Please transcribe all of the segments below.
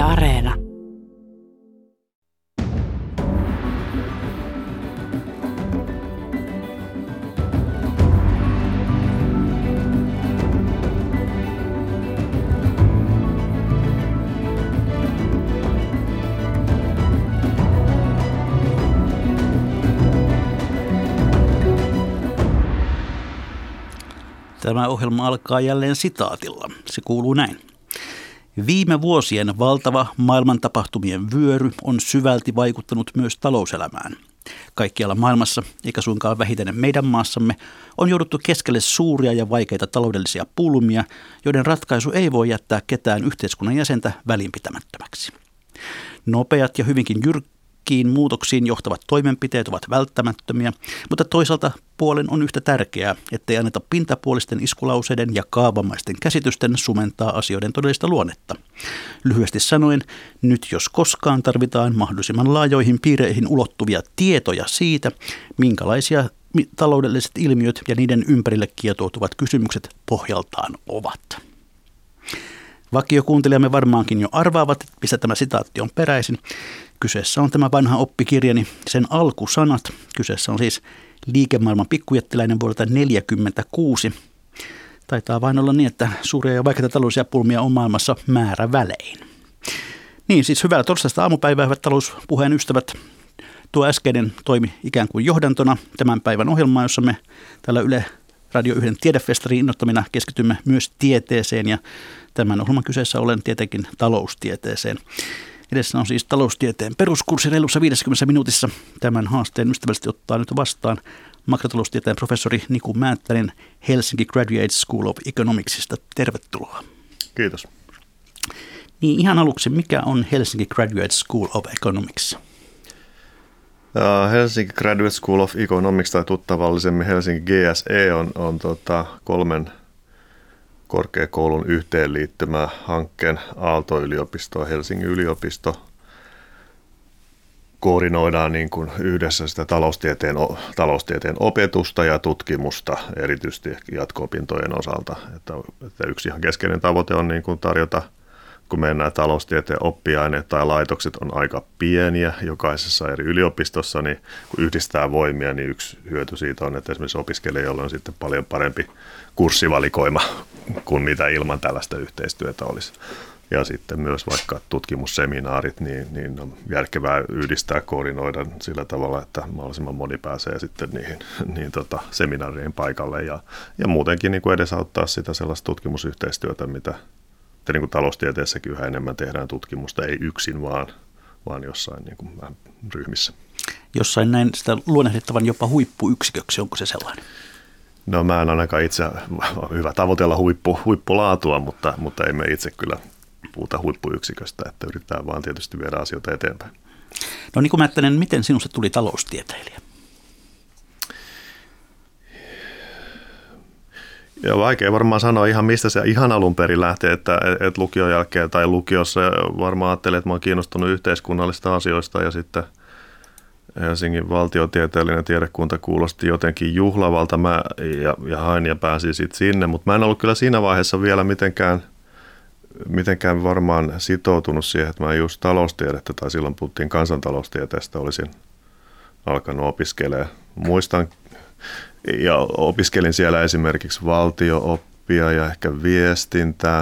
Areena. Tämä ohjelma alkaa jälleen sitaatilla. Se kuuluu näin. Viime vuosien valtava maailmantapahtumien vyöry on syvälti vaikuttanut myös talouselämään. Kaikkialla maailmassa, eikä suinkaan vähiten meidän maassamme, on jouduttu keskelle suuria ja vaikeita taloudellisia pulmia, joiden ratkaisu ei voi jättää ketään yhteiskunnan jäsentä välinpitämättömäksi. Nopeat ja hyvinkin jyrkkiin muutoksiin johtavat toimenpiteet ovat välttämättömiä, mutta toisaalta puolen on yhtä tärkeää, ettei anneta pintapuolisten iskulauseiden ja kaavamaisten käsitysten sumentaa asioiden todellista luonnetta. Lyhyesti sanoen, nyt jos koskaan tarvitaan mahdollisimman laajoihin piireihin ulottuvia tietoja siitä, minkälaisia taloudelliset ilmiöt ja niiden ympärille kietoutuvat kysymykset pohjaltaan ovat. Vakiokuuntelijamme varmaankin jo arvaavat, että mistä tämä sitaatti on peräisin. Kyseessä on tämä vanha oppikirjani, sen alkusanat. Kyseessä on siis Liikemaailman pikkujättiläinen vuodelta 1946. Taitaa vain olla niin, että suuria ja vaikeita taloudellisia pulmia on maailmassa määrävälein. Niin, siis hyvää torstaista aamupäivää, hyvät talouspuheen ystävät. Tuo äskeinen toimi ikään kuin johdantona tämän päivän ohjelmaan, jossa me täällä Yle Radio 1 tiedefestarin innoittamina keskitymme myös tieteeseen ja tämän ohjelman kyseessä olen tietenkin taloustieteeseen. Edessä on siis taloustieteen peruskurssi reilussa 50 minuutissa. Tämän haasteen ystävällisesti ottaa nyt vastaan makrotaloustieteen professori Niku Määttänen Helsinki Graduate School of Economicsista. Tervetuloa. Kiitos. Niin ihan aluksi, mikä on Helsinki Graduate School of Economics? Helsinki Graduate School of Economics tai tuttavallisemmin Helsinki GSE on 3 korkeakoulun yhteenliittymä hankkeen Aalto-yliopisto ja Helsingin yliopisto. Koordinoidaan niin kuin yhdessä sitä taloustieteen opetusta ja tutkimusta, erityisesti jatko-opintojen osalta. Että yksi ihan keskeinen tavoite on niin kuin tarjota, kun meidän taloustieteen oppiaineet tai laitokset on aika pieniä jokaisessa eri yliopistossa, niin kun yhdistää voimia, niin yksi hyöty siitä on, että esimerkiksi opiskelijoilla on sitten paljon parempi kurssivalikoima kuin mitä ilman tällaista yhteistyötä olisi. Ja sitten myös vaikka tutkimusseminaarit, niin on järkevää yhdistää, koordinoida sillä tavalla, että mahdollisimman moni pääsee sitten niihin seminaarien paikalle ja muutenkin niin kuin edesauttaa sitä sellaista tutkimusyhteistyötä, mitä niin kuin taloustieteessäkin yhä enemmän tehdään tutkimusta, ei yksin vaan jossain niin kuin ryhmissä. Jossain näin sitä luonnehdittavan jopa huippuyksiköksi, onko se sellainen? No mä en ainakaan itse hyvä tavoitella huippulaatua, mutta emme itse kyllä puhuta huippuyksiköstä, että yritetään vaan tietysti viedä asioita eteenpäin. No Niku Määttänen, miten sinusta tuli taloustieteilijä? Ja vaikea varmaan sanoa ihan mistä se ihan alun perin lähtee, että lukion jälkeen tai lukiossa varmaan ajattelin, että mä oon kiinnostunut yhteiskunnallisista asioista ja sitten Helsingin valtiotieteellinen tiedekunta kuulosti jotenkin juhlavalta ja hain ja pääsin sitten sinne, mutta mä en ollut kyllä siinä vaiheessa vielä mitenkään varmaan sitoutunut siihen, että mä just taloustiedettä tai silloin puhuttiin kansantaloustieteestä, olisin alkanut opiskelemaan. Muistan ja opiskelin siellä esimerkiksi valtio-oppia ja ehkä viestintää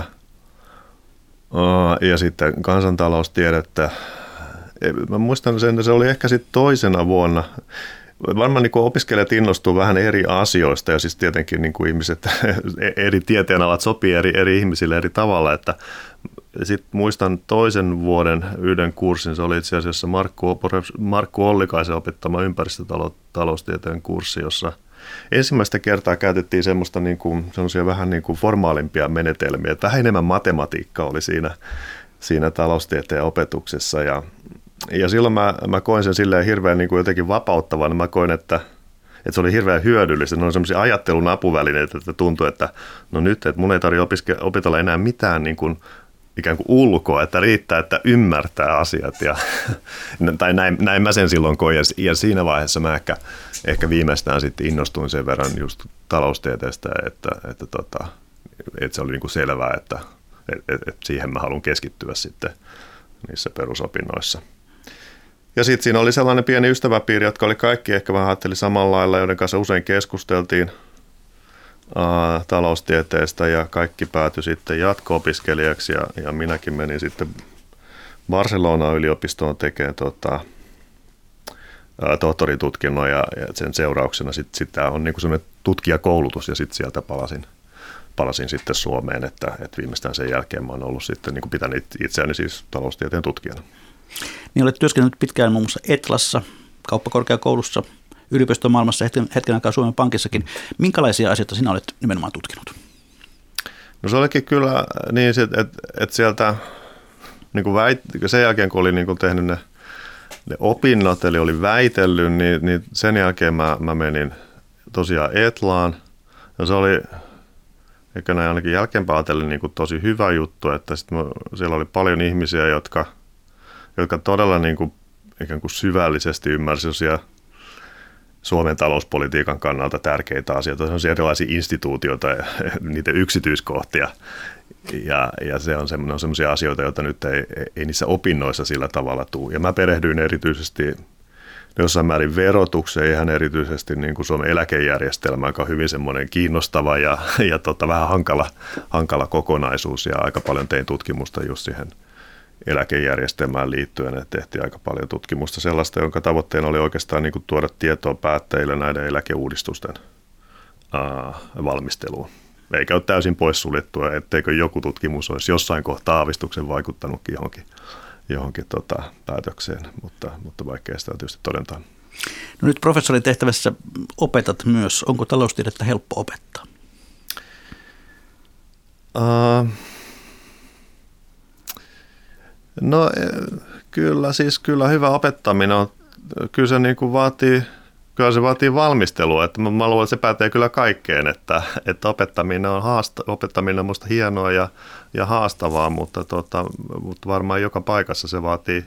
ja sitten kansantaloustiedettä. Mä muistan sen, se oli ehkä sitten toisena vuonna. Varmaan niin kuin opiskelijat innostuu vähän eri asioista ja siis tietenkin niin kuin ihmiset, eri tieteenalat sopii eri ihmisille eri tavalla. Että sitten muistan toisen vuoden yhden kurssin, se oli itse asiassa Markku Ollikaisen opettama ympäristötaloustieteen kurssi, jossa ensimmäistä kertaa käytettiin semmoisia vähän niin kuin formaalimpia menetelmiä, että vähän enemmän matematiikkaa oli siinä taloustieteen opetuksessa ja silloin mä koin sen silleen hirveän niin kuin jotenkin vapauttavan. Mä koin, että se oli hirveän hyödyllistä. Ne on semmoisia ajattelun apuvälineitä, että tuntui, että no nyt, että mun ei tarvitse opetella enää mitään niin kuin ikään kuin ulkoa, että riittää, että ymmärtää asiat. Tai näin mä sen silloin koin. Ja siinä vaiheessa mä ehkä viimeistään sitten innostuin sen verran just taloustieteestä, että se oli niin kuin selvää, että siihen mä haluan keskittyä sitten niissä perusopinnoissa. Ja sitten siinä oli sellainen pieni ystäväpiiri, jotka oli kaikki ehkä vähän ajatteli samalla lailla, joiden kanssa usein keskusteltiin taloustieteestä ja kaikki päätyi sitten jatko-opiskelijaksi ja minäkin menin sitten Barcelonaan yliopistoon tekemään tohtoritutkinnon ja sen seurauksena sitten on niin kuin sellainen tutkijakoulutus ja sitten sieltä palasin sitten Suomeen, että viimeistään sen jälkeen mä oon ollut sitten niin kuin pitänyt itseäni siis taloustieteen tutkijana. Niin olet työskennellyt pitkään muun muassa Etlassa, kauppakorkeakoulussa, yliopistomaailmassa, hetken aikaa Suomen Pankissakin. Minkälaisia asioita sinä olet nimenomaan tutkinut? No se olikin kyllä niin, että sieltä niin kuin sen jälkeen kun olin niin kuin tehnyt ne opinnot, eli olin väitellyt, niin sen jälkeen mä menin tosiaan Etlaan. Ja se oli ehkä näin ainakin jälkeenpäin ajatellen niin kuin tosi hyvä juttu, että siellä oli paljon ihmisiä, jotka todella niin kuin ikään kuin syvällisesti ymmärsivät Suomen talouspolitiikan kannalta tärkeitä asioita, sellaisia erilaisia instituutioita ja niiden yksityiskohtia. Ja se on sellaisia asioita, joita nyt ei niissä opinnoissa sillä tavalla tule. Ja mä perehdyin erityisesti jossain määrin verotukseen, ihan erityisesti niin kuin Suomen eläkejärjestelmä, joka on hyvin semmoinen kiinnostava ja vähän hankala kokonaisuus. Ja aika paljon tein tutkimusta just siihen eläkejärjestelmään liittyen, että tehtiin aika paljon tutkimusta sellaista, jonka tavoitteena oli oikeastaan niin kuin tuoda tietoa päättäjille näiden eläkeuudistusten valmisteluun. Eikä ole täysin poissuljettua, etteikö joku tutkimus olisi jossain kohtaa aavistuksen vaikuttanutkin johonkin päätökseen, mutta vaikea sitä tietysti todentaa. No nyt professorin tehtävässä opetat myös. Onko taloustiedettä helppo opettaa? No kyllä hyvä opettaminen on, kyllä se niin kuin vaatii valmistelua, että mä luulen, että se pätee kyllä kaikkeen, että opettaminen on musta hienoa ja haastavaa, mutta varmaan joka paikassa se vaatii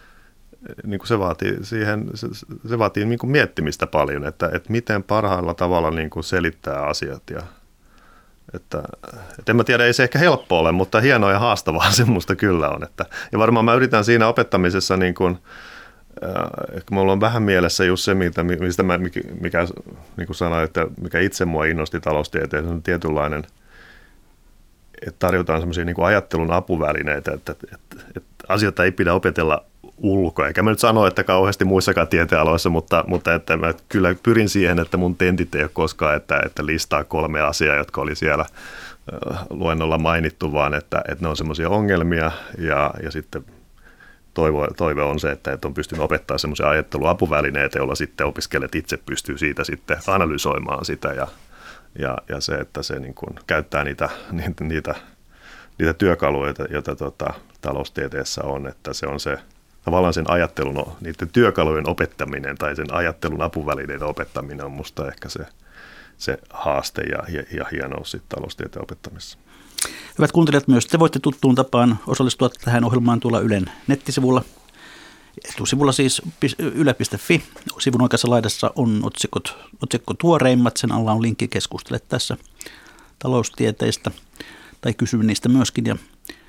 niin kuin miettimistä paljon, että miten parhaalla tavalla niin kuin selittää asiat että en mä tiedä, ei se ehkä helppo ole, mutta hienoa ja haastavaa semmoista kyllä on. Ja varmaan mä yritän siinä opettamisessa, niin kuin, ehkä mulla on vähän mielessä just se, mistä mä, mikä niin kuin sanoin, että mikä itse mua innosti taloustieteen, se on tietynlainen, että tarjotaan semmoisia niin kuin ajattelun apuvälineitä, että asioita ei pidä opetella ulkoa. Eikä mä nyt sano, että kauheasti muissakaan tieteenaloissa, mutta että mä kyllä pyrin siihen, että mun tentit ei ole koskaan, että listaa 3 asiaa, jotka oli siellä luennolla mainittu, vaan että ne on semmoisia ongelmia ja sitten toive on se, että on pystynyt opettaa semmoisia ajatteluapuvälineitä, joilla sitten opiskelijat itse pystyy siitä sitten analysoimaan sitä ja se, että se niin kuin käyttää niitä työkaluja, joita taloustieteessä on, että se on se tavallaan sen ajattelun, niiden työkalujen opettaminen tai sen ajattelun apuvälineiden opettaminen on musta ehkä se haaste ja hienous sitten taloustieteen opettamisessa. Hyvät kuuntelijat, myös te voitte tuttuun tapaan osallistua tähän ohjelmaan tuolla Ylen nettisivulla. Etusivulla siis yle.fi. Sivun oikeassa laidassa on otsikko tuoreimmat. Sen alla on linkki keskustele tässä taloustieteistä tai kysy niistä myöskin. Ja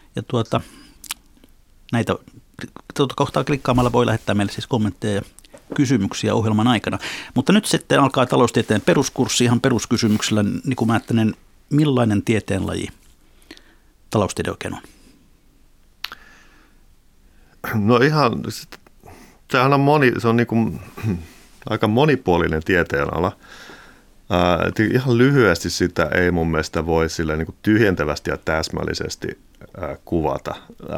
näitä kohtaa klikkaamalla voi lähettää meille siis kommentteja ja kysymyksiä ohjelman aikana. Mutta nyt sitten alkaa taloustieteen peruskurssi ihan peruskysymyksellä. Niku Määttänen, millainen tieteenlaji taloustiede oikein on? No ihan, sehän on se on niin kuin aika monipuolinen tieteenala. Ihan lyhyesti sitä ei mun mielestä voi sillä niin kuin tyhjentävästi ja täsmällisesti kuvata.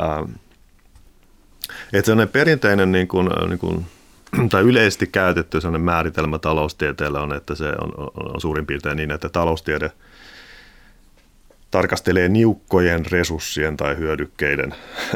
Että sellainen perinteinen niin kuin, tai yleisesti käytetty sellainen määritelmä taloustieteellä on, että se on suurin piirtein niin, että taloustiede tarkastelee niukkojen resurssien tai hyödykkeiden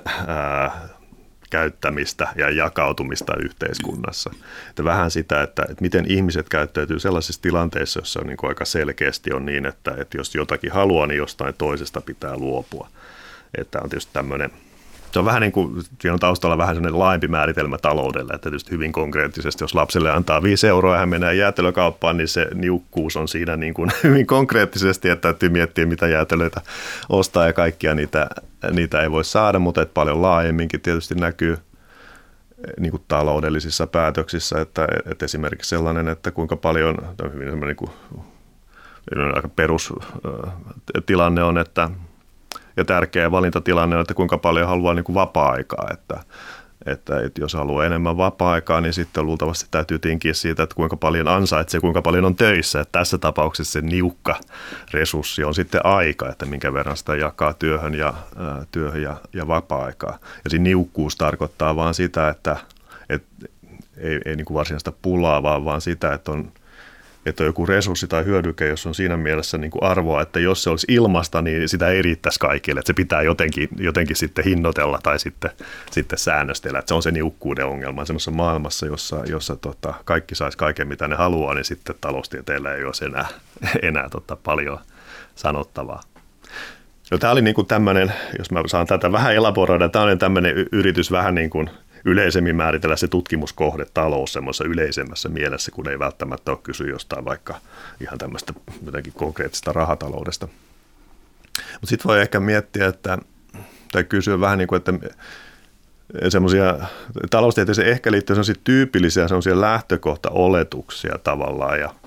käyttämistä ja jakautumista yhteiskunnassa. Että vähän sitä, että miten ihmiset käyttäytyy sellaisissa tilanteissa, joissa on niin kuin aika selkeästi on niin, että jos jotakin haluaa, niin jostain toisesta pitää luopua. Että on tietysti tämmöinen se on vähän niin kuin, siinä on taustalla vähän sellainen laajempi määritelmä taloudelle, että tietysti hyvin konkreettisesti, jos lapselle antaa 5 euroa ja hän menee jäätelökauppaan, niin se niukkuus on siinä niin kuin hyvin konkreettisesti, että täytyy miettiä, mitä jäätelöitä ostaa ja kaikkia niitä ei voi saada, mutta että paljon laajemminkin tietysti näkyy niin kuin taloudellisissa päätöksissä, että esimerkiksi sellainen, että kuinka paljon, tämä on hyvin sellainen niin kuin, aika perustilanne on, ja tärkeä valintatilanne on, että kuinka paljon haluaa niin kuin vapaa-aikaa, että jos haluaa enemmän vapaa-aikaa, niin sitten luultavasti täytyy tinkiä siitä, että kuinka paljon ansaitsee, kuinka paljon on töissä. Että tässä tapauksessa se niukka resurssi on sitten aika, että minkä verran sitä jakaa työhön ja vapaa-aikaa. Ja se niukkuus tarkoittaa vaan sitä, että ei niin kuin varsinaista pulaa, vaan sitä, että on joku resurssi tai hyödyke, jos on siinä mielessä niin kuin arvoa, että jos se olisi ilmasta, niin sitä ei riittäisi kaikille. Että se pitää jotenkin sitten hinnoitella tai sitten säännöstellä. Että se on se niukkuuden ongelma semmoisessa maailmassa, jossa kaikki saisi kaiken, mitä ne haluaa, niin sitten taloustieteellä ei olisi enää paljon sanottavaa. No, tämä oli niin kuin tämmöinen, jos mä saan tätä vähän elaboroida, tämä on tämmöinen yritys vähän niin kuin yleisemmin määritellä se tutkimuskohde talous semmoisessa yleisemmässä mielessä, kun ei välttämättä ole kysyä jostain vaikka ihan tämmöistä jotenkin konkreettista rahataloudesta. Mutta sitten voi ehkä miettiä, tai kysyä vähän niin kuin, että semmoisia taloustieteeseen ehkä liittyy semmoisia tyypillisiä semmoisia lähtökohtaoletuksia tavallaan, ja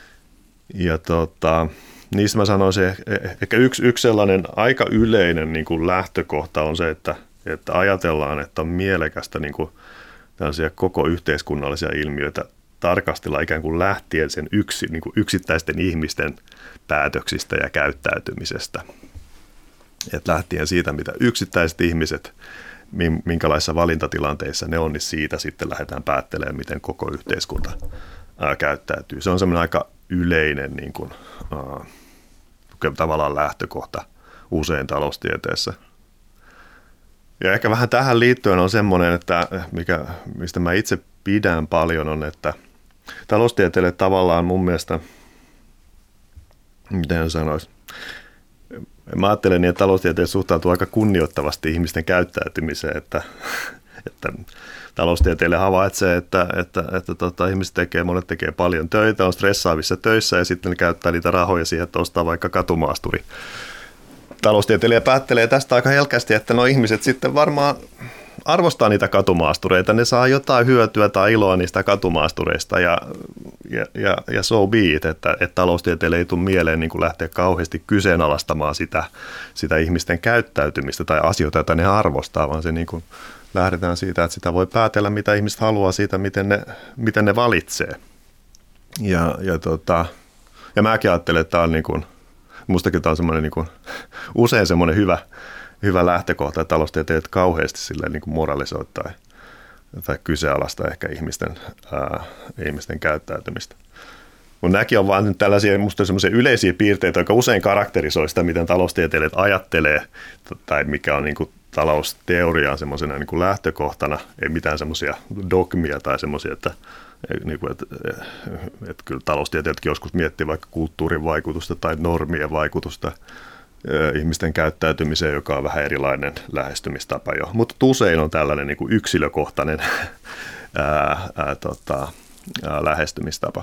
niistä mä sanoisin, ehkä yksi sellainen aika yleinen niin kuin lähtökohta on se, että ajatellaan, että on mielekästä niin kuin tällaisia koko yhteiskunnallisia ilmiöitä tarkastella ikään kuin lähtien sen niin kuin yksittäisten ihmisten päätöksistä ja käyttäytymisestä. Että lähtien siitä, mitä yksittäiset ihmiset, minkälaisissa valintatilanteissa ne on, niin siitä sitten lähdetään päättelemään, miten koko yhteiskunta käyttäytyy. Se on semmoinen aika yleinen niin kuin, tavallaan lähtökohta usein taloustieteessä. Ja ehkä vähän tähän liittyen on semmoinen, että mistä mä itse pidän paljon, on, että taloustieteelle tavallaan mun mielestä, miten sanoisi, mä ajattelen niin, että taloustieteelle suhtautuu aika kunnioittavasti ihmisten käyttäytymiseen, että taloustieteelle havaitsee, että monet tekee paljon töitä, on stressaavissa töissä ja sitten ne käyttää niitä rahoja siihen, että ostaa vaikka katumaasturi. Taloustieteilijä päättelee tästä aika helkästi, että no ihmiset sitten varmaan arvostaa niitä katumaastureita, ne saa jotain hyötyä tai iloa niistä katumaastureista ja so be it, että taloustieteelle ei tule mieleen niin kuin lähteä kauheasti kyseenalaistamaan sitä ihmisten käyttäytymistä tai asioita, joita ne arvostaa, vaan se niin kuin lähdetään siitä, että sitä voi päätellä, mitä ihmiset haluaa siitä, miten ne valitsee. Ja mäkin ajattelen, että tämä on niin kuin, mustakin tämä on semmoinen niin kuin, usein semmoinen hyvä lähtökohta, että taloustieteilijät kauheasti silleen niin kuin moralisoi tai kyseenalaista ehkä ihmisten käyttäytymistä. Mutta nämäkin on vain tällaisia musta semmoisia yleisiä piirteitä, jotka usein karakterisoi sitä, miten taloustieteilijät ajattelee tai mikä on niin kuin talousteoriaan semmoisena niin kuin lähtökohtana, ei mitään semmoisia dogmia tai semmoisia, että kyllä taloustieteilijätkin joskus miettii vaikka kulttuurin vaikutusta tai normien vaikutusta ihmisten käyttäytymiseen, joka on vähän erilainen lähestymistapa jo. Mutta usein on tällainen niin kuin yksilökohtainen lähestymistapa.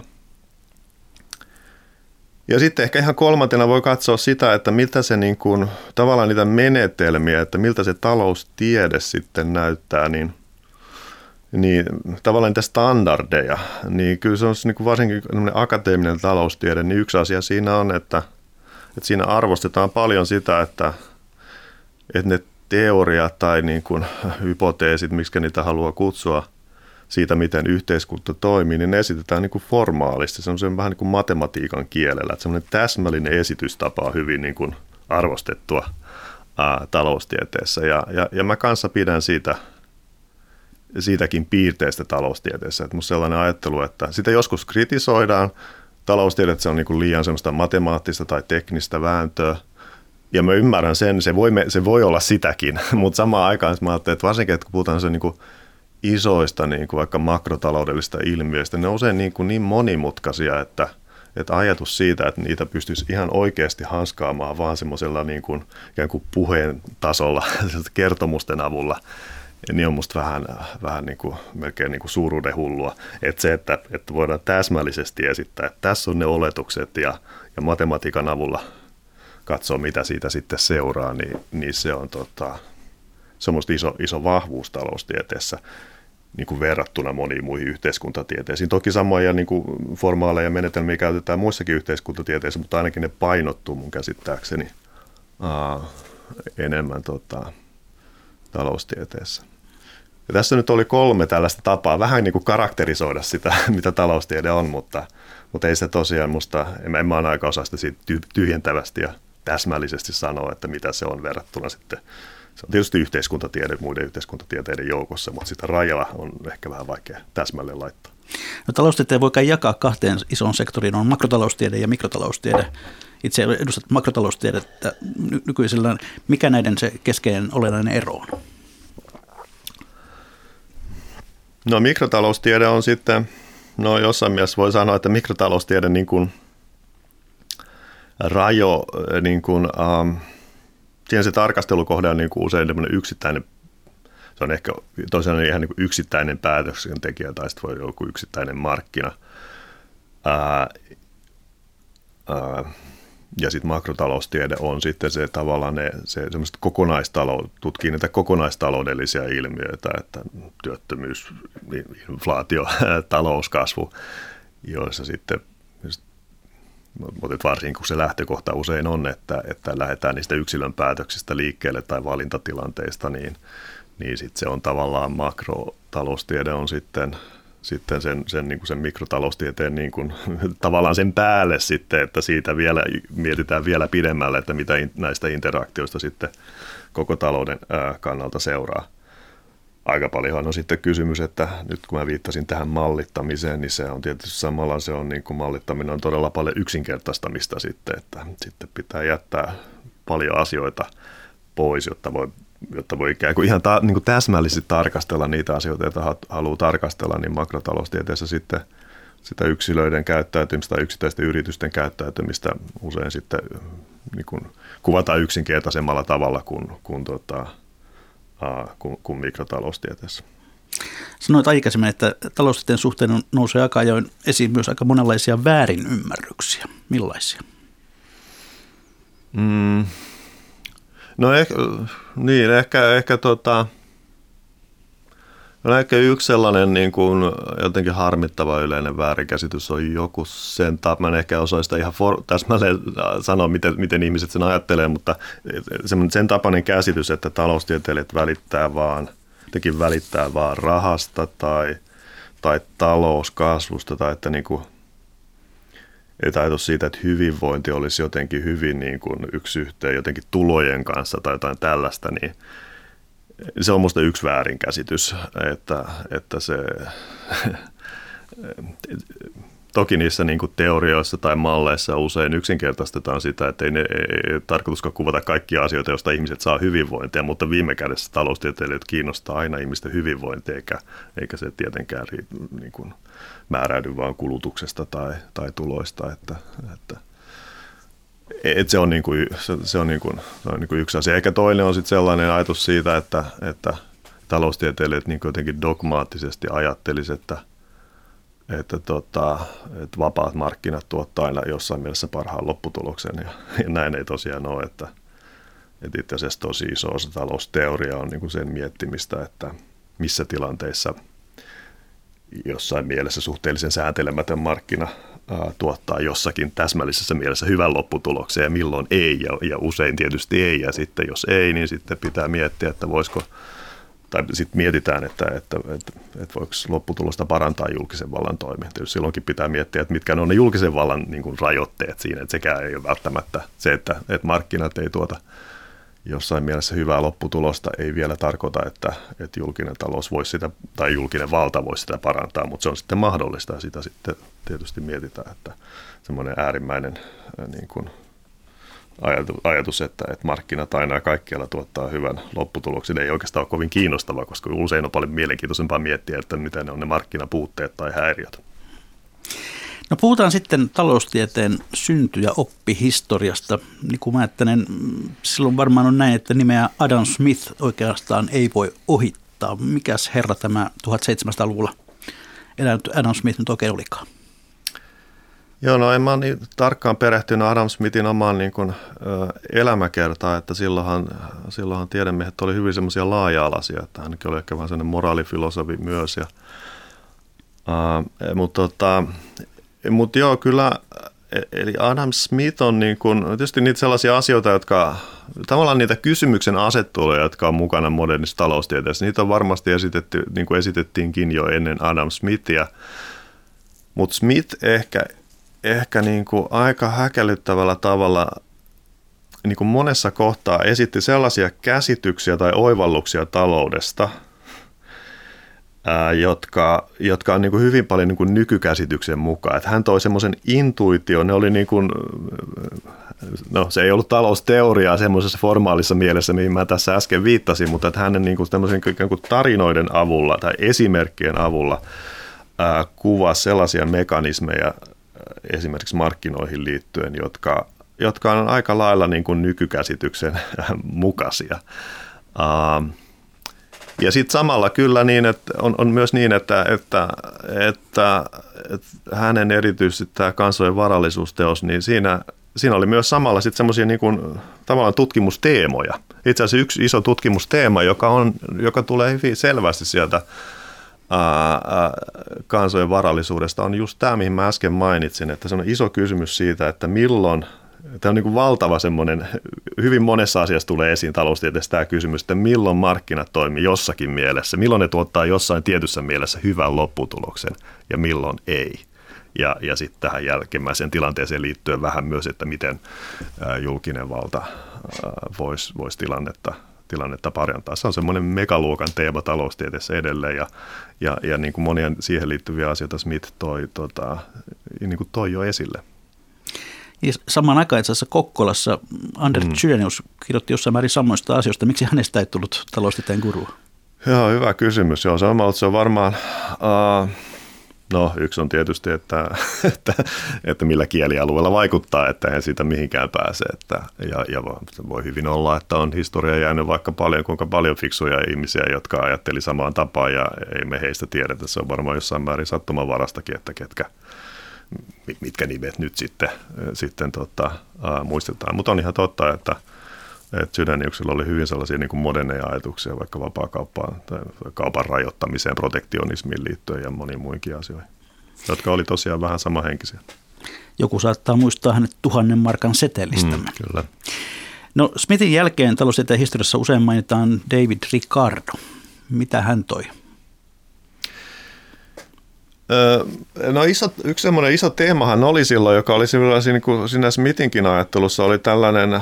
Ja sitten ehkä ihan kolmantena voi katsoa sitä, että miltä se niin kuin, tavallaan niitä menetelmiä, että miltä se taloustiede sitten näyttää, niin tavallaan niitä standardeja, niin kyllä se on niin kuin varsinkin akateeminen taloustiede, niin yksi asia siinä on, että siinä arvostetaan paljon sitä, että ne teoriat tai niin kuin hypoteesit, miksi niitä haluaa kutsua, siitä, miten yhteiskunta toimii, niin ne esitetään niin kuin formaalisti. Se on vähän niin kuin matematiikan kielellä. Että semmoinen täsmällinen esitystapa on hyvin niin kuin arvostettua taloustieteessä. Ja mä kanssa pidän siitäkin piirteestä taloustieteessä. Että musta sellainen ajattelu, että sitä joskus kritisoidaan. Taloustiede, että se on niin kuin liian semmoista matemaattista tai teknistä vääntöä. Ja mä ymmärrän sen, se voi olla sitäkin. Mutta samaan aikaan mä ajattelen, että varsinkin, että kun puhutaan se niin kuin isoista niin kuin vaikka makrotaloudellisista ilmiöistä, ne on usein niin monimutkaisia, että että ajatus siitä, että niitä pystyisi ihan oikeasti hanskaamaan vaan semmoisella niin kuin ikään kuin puheen tasolla, kertomusten avulla, niin on musta vähän niin kuin, melkein niin kuin suuruuden hullua. Että se, että voidaan täsmällisesti esittää, että tässä on ne oletukset ja matematiikan avulla katsoa, mitä siitä sitten seuraa, niin se on semmoista iso vahvuus taloustieteessä niin kuin verrattuna moniin muihin yhteiskuntatieteisiin. Toki samoja niin kuin formaaleja menetelmiä käytetään muissakin yhteiskuntatieteissä, mutta ainakin ne painottuu mun käsittääkseni enemmän taloustieteessä. Ja tässä nyt oli 3 tällaista tapaa vähän niin kuin karakterisoida sitä, mitä taloustiede on, mutta ei se tosiaan musta, en mä aika osaa sitä siitä tyhjentävästi ja täsmällisesti sanoa, että mitä se on verrattuna sitten. Se on tietysti yhteiskuntatiede muiden yhteiskuntatieteiden joukossa, mutta sitä rajaa on ehkä vähän vaikea täsmälleen laittaa. No, taloustieteen voi jakaa 2 isoon sektoriin, on makrotaloustiede ja mikrotaloustiede. Itse edustat makrotaloustiedettä nykyisellään. Mikä näiden se keskeinen olennainen ero on? No mikrotaloustiede on sitten, jossain mielessä voi sanoa, että mikrotaloustiede niin kuin niin kuin, siihen se tarkastelukohde on niin kuin usein yksittäinen, se on ehkä tosiaan ihan niin kuin yksittäinen päätöksentekijä tai sitten voi olla joku yksittäinen markkina. Ja sitten makrotaloustiede on sitten se tavallaan se semmoista tutkii niitä kokonaistaloudellisia ilmiöitä, että työttömyys, inflaatio, talouskasvu, joissa sitten mutta varsinkin kun se lähtökohta usein on, että lähdetään niistä yksilön päätöksistä liikkeelle tai valintatilanteista, niin sitten se on tavallaan makrotaloustiede on sitten sen, niin kuin sen mikrotaloustieteen niin kuin, tavallaan sen päälle sitten, että siitä vielä mietitään vielä pidemmälle, että mitä näistä interaktioista sitten koko talouden kannalta seuraa. Aika paljonhan on sitten kysymys, että nyt kun mä viittasin tähän mallittamiseen, niin se on tietysti samalla se on niin kuin mallittaminen on todella paljon yksinkertaistamista sitten, että sitten pitää jättää paljon asioita pois, jotta voi ikään kuin ihan niin kuin täsmällisesti tarkastella niitä asioita, joita haluaa tarkastella, niin makrotaloustieteessä sitten sitä yksilöiden käyttäytymistä tai yksittäisten yritysten käyttäytymistä usein sitten niin kuin kuvataan yksinkertaisemmalla tavalla kuin mikrotaloustieteessä. Sanoit aikaisemmin, että taloustieteen suhteen nousee aika ajoin esiin myös aika monenlaisia väärinymmärryksiä. Millaisia? No ehkä yksi sellainen niin kuin jotenkin harmittava yleinen väärinkäsitys on joku sen tapan, ehkä osaa sitä ihan täsmälleen sanoa, miten ihmiset sen ajattelee, mutta sen tapainen käsitys, että taloustieteilijät välittää vaan rahasta tai talouskasvusta tai että niin kuin, ei ajatus siitä, että hyvinvointi olisi jotenkin hyvin niin kuin yksi yhteen jotenkin tulojen kanssa tai jotain tällaista, niin se on minusta yksi väärinkäsitys, että se toki niissä niin kuin teorioissa tai malleissa usein yksinkertaistetaan sitä, että ei tarkoituskaan kuvata kaikkia asioita, joista ihmiset saa hyvinvointia, mutta viime kädessä taloustieteilijät kiinnostaa aina ihmisten hyvinvointia, eikä se tietenkään niin kuin määräydy vain kulutuksesta tai tuloista, että se on yksi asia. Eikä toinen on sitten sellainen ajatus siitä, että taloustieteilijät niin jotenkin dogmaattisesti ajattelisi, että vapaat markkinat tuottaa aina jossain mielessä parhaan lopputuloksen. Ja näin ei tosiaan ole, että itse asiassa tosi iso osa talousteoria on niin kuin sen miettimistä, että missä tilanteissa jossain mielessä suhteellisen sääntelemätön markkina tuottaa jossakin täsmällisessä mielessä hyvän lopputuloksen ja milloin ei, ja usein tietysti ei, ja sitten jos ei, niin sitten pitää miettiä, että voisiko, tai sitten mietitään, että voiko lopputulosta parantaa julkisen vallan toimia. Tietysti silloinkin pitää miettiä, että mitkä on ne julkisen vallan niin kuin rajoitteet siinä, että sekään ei ole välttämättä se, että markkinat ei tuota jossain mielessä hyvää lopputulosta ei vielä tarkoita, että julkinen talous voisi sitä, tai julkinen valta voisi sitä parantaa, mutta se on sitten mahdollista ja sitä sitten tietysti mietitään, että semmoinen äärimmäinen niin kuin ajatus, että markkinat aina kaikkialla tuottaa hyvän lopputuloksen, ei oikeastaan ole kovin kiinnostavaa, koska usein on paljon mielenkiintoisempaa miettiä, että mitä ne on ne markkinapuutteet tai häiriöt. No puhutaan sitten taloustieteen synty- ja oppihistoriasta. Niin kuin mä ajattelen, silloin varmaan on näin, että nimeä Adam Smith oikeastaan ei voi ohittaa. Mikäs herra tämä 1700-luvulla elänyt Adam Smith nyt oikein olikaan? Joo, no en mä niin tarkkaan perehtynyt Adam Smithin omaan niin kuin, elämäkertaan, että silloinhan tiedemiehet oli hyvin semmoisia laaja-alaisia, että hänkin oli ehkä vähän sellainen moraalifilosofi myös. Mutta joo, kyllä, eli Adam Smith on niin kuin, tietysti niitä sellaisia asioita, jotka, tavallaan niitä kysymyksen asetteluja, jotka on mukana modernissa taloustieteessä, niitä on varmasti esitetty, niin kuin esitettiinkin jo ennen Adam Smithia, mutta Smith ehkä niin kuin aika häkellyttävällä tavalla niin kuin monessa kohtaa esitti sellaisia käsityksiä tai oivalluksia taloudesta, jotka on niin kuin hyvin paljon niin kuin nykykäsityksen mukaan. Että hän toi semmoisen intuition, ne oli niin kuin, no se ei ollut talousteoriaa semmoisessa formaalissa mielessä, mihin mä tässä äsken viittasin, mutta että hänen niin kuin tämmöisen tarinoiden avulla tai esimerkkien avulla kuvasi sellaisia mekanismeja esimerkiksi markkinoihin liittyen, jotka on aika lailla niin kuin nykykäsityksen mukaisia. Ja sitten samalla kyllä niin, että on myös niin, että hänen erityisesti tämä kansojen varallisuusteos, niin siinä oli myös samalla sitten semmoisia niin kuin tavallaan tutkimusteemoja. Itse asiassa yksi iso tutkimusteema, joka tulee hyvin selvästi sieltä kansojen varallisuudesta, on just tämä, mihin mä äsken mainitsin, että se on iso kysymys siitä, että milloin, tämä on niin kuin valtava semmoinen, hyvin monessa asiassa tulee esiin taloustieteessä tämä kysymys, että milloin markkinat toimii jossakin mielessä, milloin ne tuottaa jossain tietyssä mielessä hyvän lopputuloksen ja milloin ei. Ja sitten tähän jälkimmäiseen tilanteeseen liittyen vähän myös, että miten julkinen valta voisi tilannetta parantaa. Se on semmoinen megaluokan teema taloustieteessä edelleen ja niin kuin monia siihen liittyviä asioita Smith toi jo esille. Ja samaan aikaan itse asiassa Kokkolassa Anders Chydenius kirjoitti jossain määrin samoista asioista. Miksi hänestä ei tullut taloustieteen gurua? Joo, hyvä kysymys. Joo, se on varmaan, no yksi on tietysti, että millä kielialueella vaikuttaa, että eihän siitä mihinkään pääse. Ja voi hyvin olla, että on historia jäänyt vaikka kuinka paljon fiksuja ihmisiä, jotka ajatteli samaan tapaan ja ei me heistä tiedetä. Se on varmaan jossain määrin sattumanvarastakin, että mitkä nimet nyt sitten muistetaan. Mutta on ihan totta, että Chydeniuksella oli hyvin sellaisia niin kuin moderneja ajatuksia vaikka vapaakauppaan tai kaupan rajoittamiseen, protektionismiin liittyen ja moniin muinkin asioihin, jotka oli tosiaan vähän samahenkisiä. Joku saattaa muistaa hänet 1000 markan setelistä. Kyllä. No Smithin jälkeen taloustieteen historiassa usein mainitaan David Ricardo. Mitä hän toi? No yksi semmoinen iso teemahan oli silloin, joka oli niin kuin siinä Smithinkin ajattelussa, oli tällainen,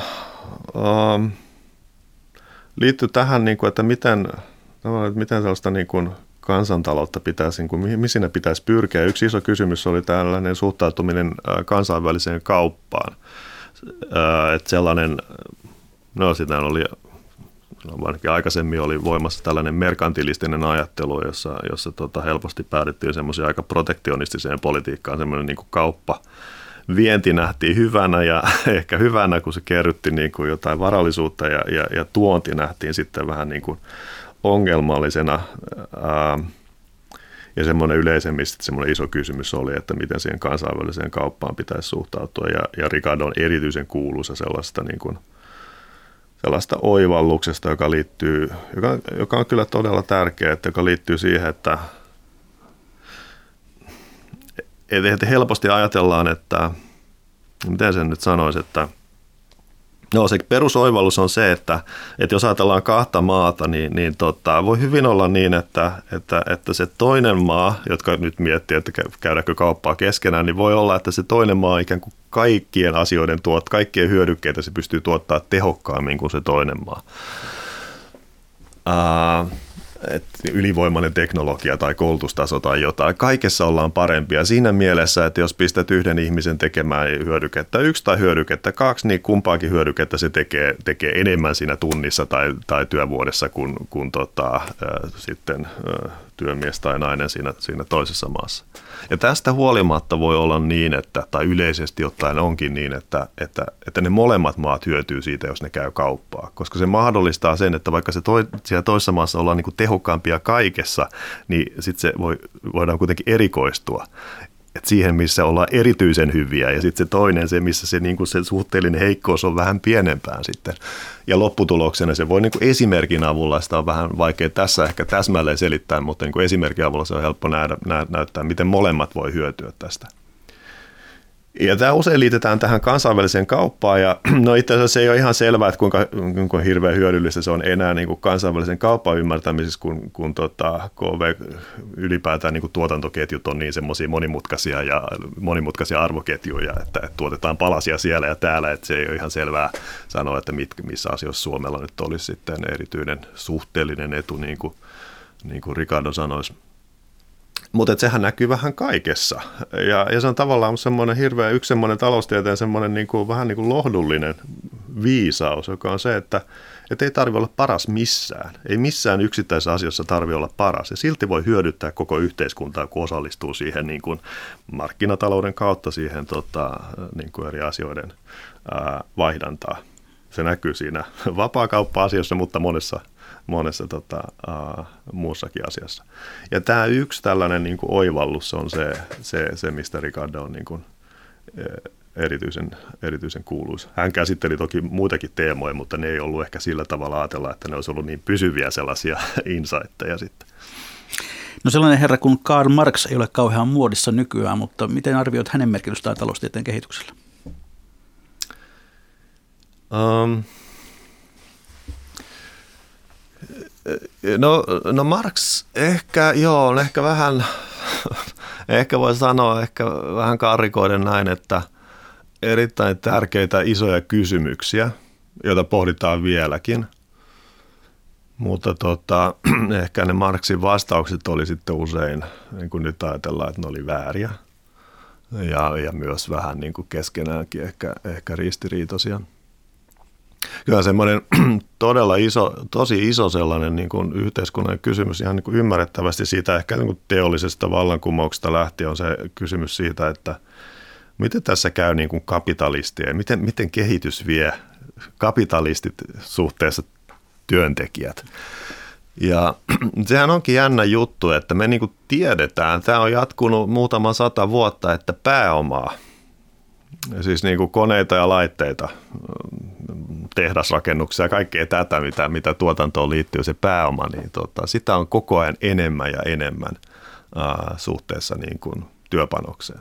liittyi tähän, niin kuin, että miten sellaista niin kuin kansantaloutta pitäisi, niin kuin, mihin siinä pitäisi pyrkiä. Yksi iso kysymys oli tällainen suhtautuminen kansainväliseen kauppaan. Että sellainen, no sitä oli, ainakin aikaisemmin oli voimassa tällainen merkantilistinen ajattelu, jossa helposti päädyttiin semmoiseen aika protektionistiseen politiikkaan, semmoinen niin kuin kauppa. Vienti nähtiin hyvänä ja ehkä hyvänä, kun se kerrytti niin kuin jotain varallisuutta ja tuonti nähtiin sitten vähän niin kuin ongelmallisena. Ja semmoinen yleisemmin semmoinen iso kysymys oli, että miten siihen kansainväliseen kauppaan pitäisi suhtautua. Ja Ricardo on erityisen kuuluisa sellaista oivalluksesta, joka on kyllä todella tärkeä, että joka liittyy siihen, että helposti ajatellaan, että miten sen nyt sanoisi, että no se perusoivallus on se, että jos ajatellaan kahta maata, niin voi hyvin olla niin, että se toinen maa, jotka nyt miettii, että käydäänkö kauppaa keskenään, niin voi olla, että se toinen maa ikään kuin kaikkien asioiden kaikkien hyödykkeitä se pystyy tuottaa tehokkaammin kuin se toinen maa. ylivoimainen teknologia tai koulutustaso tai jotain. Kaikessa ollaan parempia. Siinä mielessä, että jos pistät yhden ihmisen tekemään hyödykettä 1 tai hyödykettä 2, niin kumpaakin hyödykettä se tekee enemmän siinä tunnissa tai työvuodessa kuin sitten työmies tai nainen siinä toisessa maassa. Ja tästä huolimatta voi olla niin, tai yleisesti ottaen onkin niin, että ne molemmat maat hyötyy siitä, jos ne käy kauppaa. Koska se mahdollistaa sen, että vaikka siellä toisessa maassa ollaan niin kuin tehokkaampia kaikessa, niin sitten voidaan kuitenkin erikoistua. Et siihen, missä ollaan erityisen hyviä, ja sitten se toinen, se missä se, niin kuin se suhteellinen heikkous on vähän pienempään sitten. Ja lopputuloksena se voi niin kuin esimerkin avulla, sitä on vähän vaikea tässä ehkä täsmälleen selittää, mutta niin kuin esimerkin avulla se on helppo näyttää, miten molemmat voi hyötyä tästä. Ja tämä usein liitetään tähän kansainväliseen kauppaan, ja no itse asiassa se ei ole ihan selvää, että kuinka hirveän hyödyllistä se on enää niin kuin kansainvälisen kaupan ymmärtämisessä, kun KV ylipäätään niin kuin tuotantoketjut on niin semmoisia monimutkaisia arvoketjuja, että tuotetaan palasia siellä ja täällä, että se ei ole ihan selvää sanoa, että missä asioissa Suomella nyt olisi sitten erityinen suhteellinen etu, niin kuin Ricardo sanoisi. Mutta sehän näkyy vähän kaikessa, ja se on tavallaan yksi semmoinen taloustieteen semmoinen vähän niin kuin lohdullinen viisaus, joka on se, että ei tarvitse olla paras missään. Ei missään yksittäisessä asiassa tarvitse olla paras, ja silti voi hyödyttää koko yhteiskuntaa, kun osallistuu siihen niin kuin markkinatalouden kautta siihen niin kuin eri asioiden vaihdantaa. Se näkyy siinä vapaakauppa-asiassa, mutta monessa muussakin asiassa. Ja tämä yksi tällainen niin kuin oivallus on se, mistä Ricardo on niin kuin erityisen kuuluisa. Hän käsitteli toki muitakin teemoja, mutta ne ei ollut ehkä sillä tavalla ajatella, että ne olisi ollut niin pysyviä sellaisia insightteja sitten. No sellainen herra kuin Karl Marx ei ole kauhean muodissa nykyään, mutta miten arvioit hänen merkitystään taloustieteen kehityksellä? No Marx on ehkä vähän, ehkä voi sanoa ehkä vähän karrikoiden näin, että erittäin tärkeitä isoja kysymyksiä, joita pohditaan vieläkin, mutta ehkä ne Marxin vastaukset oli sitten usein, niin kuin nyt ajatellaan, että ne oli vääriä ja myös vähän niin kuin keskenäänkin ehkä ristiriitoisia. Kyllä semmoinen todella tosi iso sellainen niin kuin yhteiskunnallinen kysymys ihan niin kuin ymmärrettävästi siitä ehkä niin kuin teollisesta vallankumouksesta lähtien on se kysymys siitä, että miten tässä käy niin kuin kapitalistien, miten kehitys vie kapitalistit suhteessa työntekijät. Ja sehän onkin jännä juttu, että me niin kuin tiedetään, tämä on jatkunut muutama 100 vuotta, että pääomaa, siis niin kuin koneita ja laitteita, tehdasrakennuksia ja kaikkea tätä, mitä tuotantoon liittyy, se pääoma, niin sitä on koko ajan enemmän ja enemmän suhteessa niin kuin työpanokseen.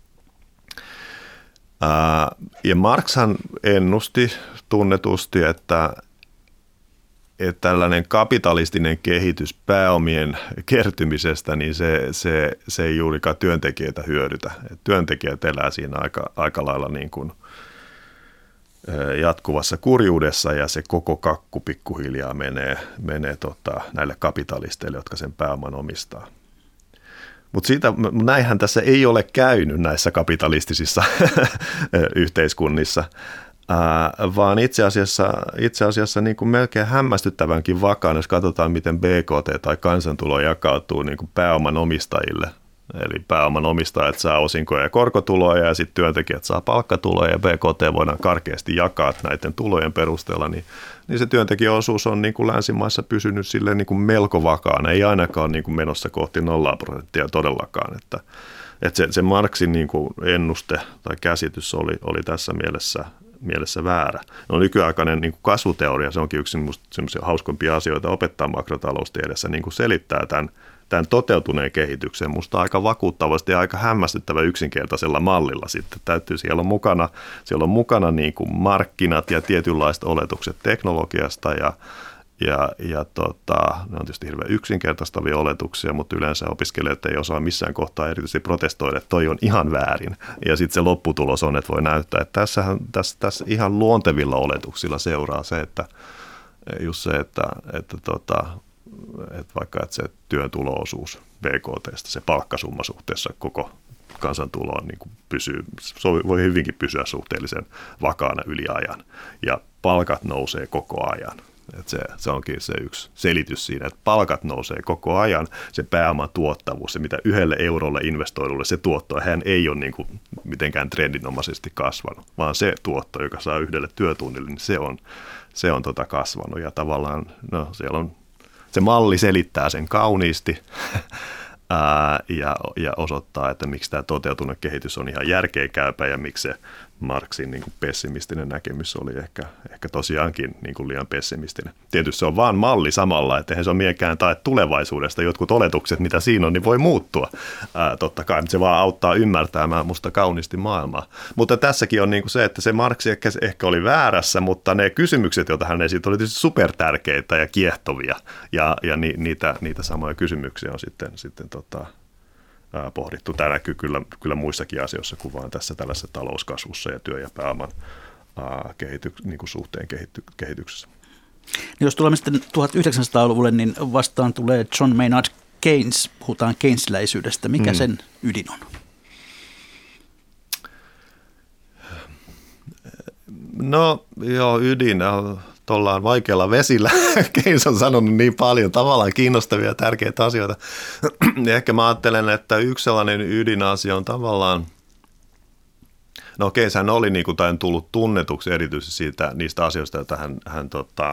Ja Marxhan ennusti tunnetusti, että tällainen kapitalistinen kehitys pääomien kertymisestä, niin se ei juurikaan työntekijöitä hyödytä. Työntekijät elää siinä aika lailla niin kuin jatkuvassa kurjuudessa, ja se koko kakku pikkuhiljaa menee näille kapitalisteille, jotka sen pääoman omistaa. Mutta näinhän tässä ei ole käynyt näissä kapitalistisissa yhteiskunnissa, vaan itse asiassa niin kuin melkein hämmästyttävänkin vakaan, jos katsotaan, miten BKT tai kansantulo jakautuu niin kuin pääoman omistajille. Eli pääoman omistajat saa osinkoja ja korkotuloja, ja sitten työntekijät saa palkkatuloja, ja BKT voidaan karkeasti jakaa näiden tulojen perusteella, niin se työntekijäosuus on niin kuin länsimaissa pysynyt silleen niin kuin melko vakaana, ei ainakaan niin kuin menossa kohti 0% todellakaan. Että se Marxin niin kuin ennuste tai käsitys oli tässä mielessä väärä. No nykyaikainen niin kuin kasvuteoria, se onkin yksi semmoisia hauskompia asioita opettaa makrotaloustiedessä, niin kuin selittää tämän toteutuneen kehityksen musta aika vakuuttavasti ja aika hämmästyttävän yksinkertaisella mallilla sitten. Siellä on mukana niin kuin markkinat ja tietynlaiset oletukset teknologiasta ja ne on tietysti hirveän yksinkertaistavia oletuksia, mutta yleensä opiskelijat ei osaa missään kohtaa erityisesti protestoida, että toi on ihan väärin. Ja sitten se lopputulos on, että voi näyttää, että tässä ihan luontevilla oletuksilla seuraa se, että vaikka että se työn tulo-osuus BKT:stä, se palkkasumma suhteessa koko kansantuloon niin kuin voi hyvinkin pysyä suhteellisen vakaana yli ajan, ja palkat nousee koko ajan. Se onkin se yksi selitys siinä, että palkat nousee koko ajan, se pääoman tuottavuus, se mitä 1 eurolle investoidulle se tuotto, hän ei ole niin kuin mitenkään trendinomaisesti kasvanut, vaan se tuotto, joka saa 1 työtunnille, niin se on kasvanut, ja tavallaan siellä on, se malli selittää sen kauniisti ja osoittaa, että miksi tämä toteutunut kehitys on ihan järkeenkäypä ja miksi se Marxin niin kuin pessimistinen näkemys oli ehkä tosiaankin niin kuin liian pessimistinen. Tietysti se on vaan malli samalla, että eihän se ole miekään tae tulevaisuudesta. Jotkut oletukset, mitä siinä on, niin voi muuttua. Totta kai, mutta se vaan auttaa ymmärtämään musta kauniisti maailmaa. Mutta tässäkin on niin kuin se, että se Marx ehkä oli väärässä, mutta ne kysymykset, joita hän esitti, oli tietysti supertärkeitä ja kiehtovia. Ja niitä samoja kysymyksiä on sitten pohdittu. Tämä näkyy kyllä muissakin asioissa kuin vain tässä tällaisessa talouskasvussa ja työ- ja pääoman niin kuin suhteen kehityksessä. Jos tulemme sitten 1900-luvulle, niin vastaan tulee John Maynard Keynes. Puhutaan keynesiläisyydestä. Mikä sen ydin on? No joo, ydin ollaan vaikealla vesillä. Keynes on sanonut niin paljon tavallaan kiinnostavia ja tärkeitä asioita. Ja ehkä mä ajattelen, että yksi sellainen ydinasia on tavallaan, no Keynes hän oli niin kuin tullut tunnetuksi erityisesti niistä asioista, joita hän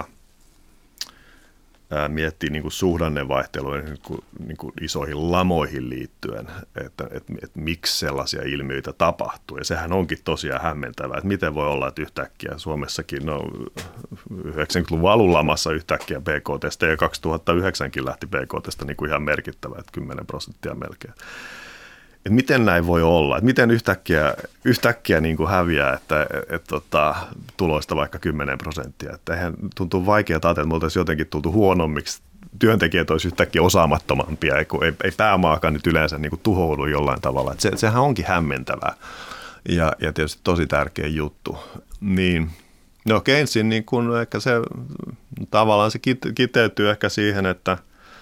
miettii niin kuin suhdannevaihtelujen niin kuin isoihin lamoihin liittyen, että miksi sellaisia ilmiöitä tapahtuu. Ja sehän onkin tosiaan hämmentävää, että miten voi olla, että yhtäkkiä Suomessakin 90-luvun alun lamassa yhtäkkiä BKT:stä ja 2009kin lähti BKT:stä niin kuin ihan merkittävä, että 10% melkein. Että miten näin voi olla, että miten yhtäkkiä niin kuin häviää, että tuloista vaikka 10%, että eihän tuntuu vaikeaa ajatella, että me oltaisiin jotenkin tultu huonommiksi, työntekijät olisivat yhtäkkiä osaamattomampia, ei pääomaakaan nyt yleensä niin kuin tuhoudu jollain tavalla, että sehän onkin hämmentävää ja tietysti tosi tärkeä juttu. Niin, no Keynesin niin kuin ehkä se tavallaan se kiteytyy ehkä siihen, että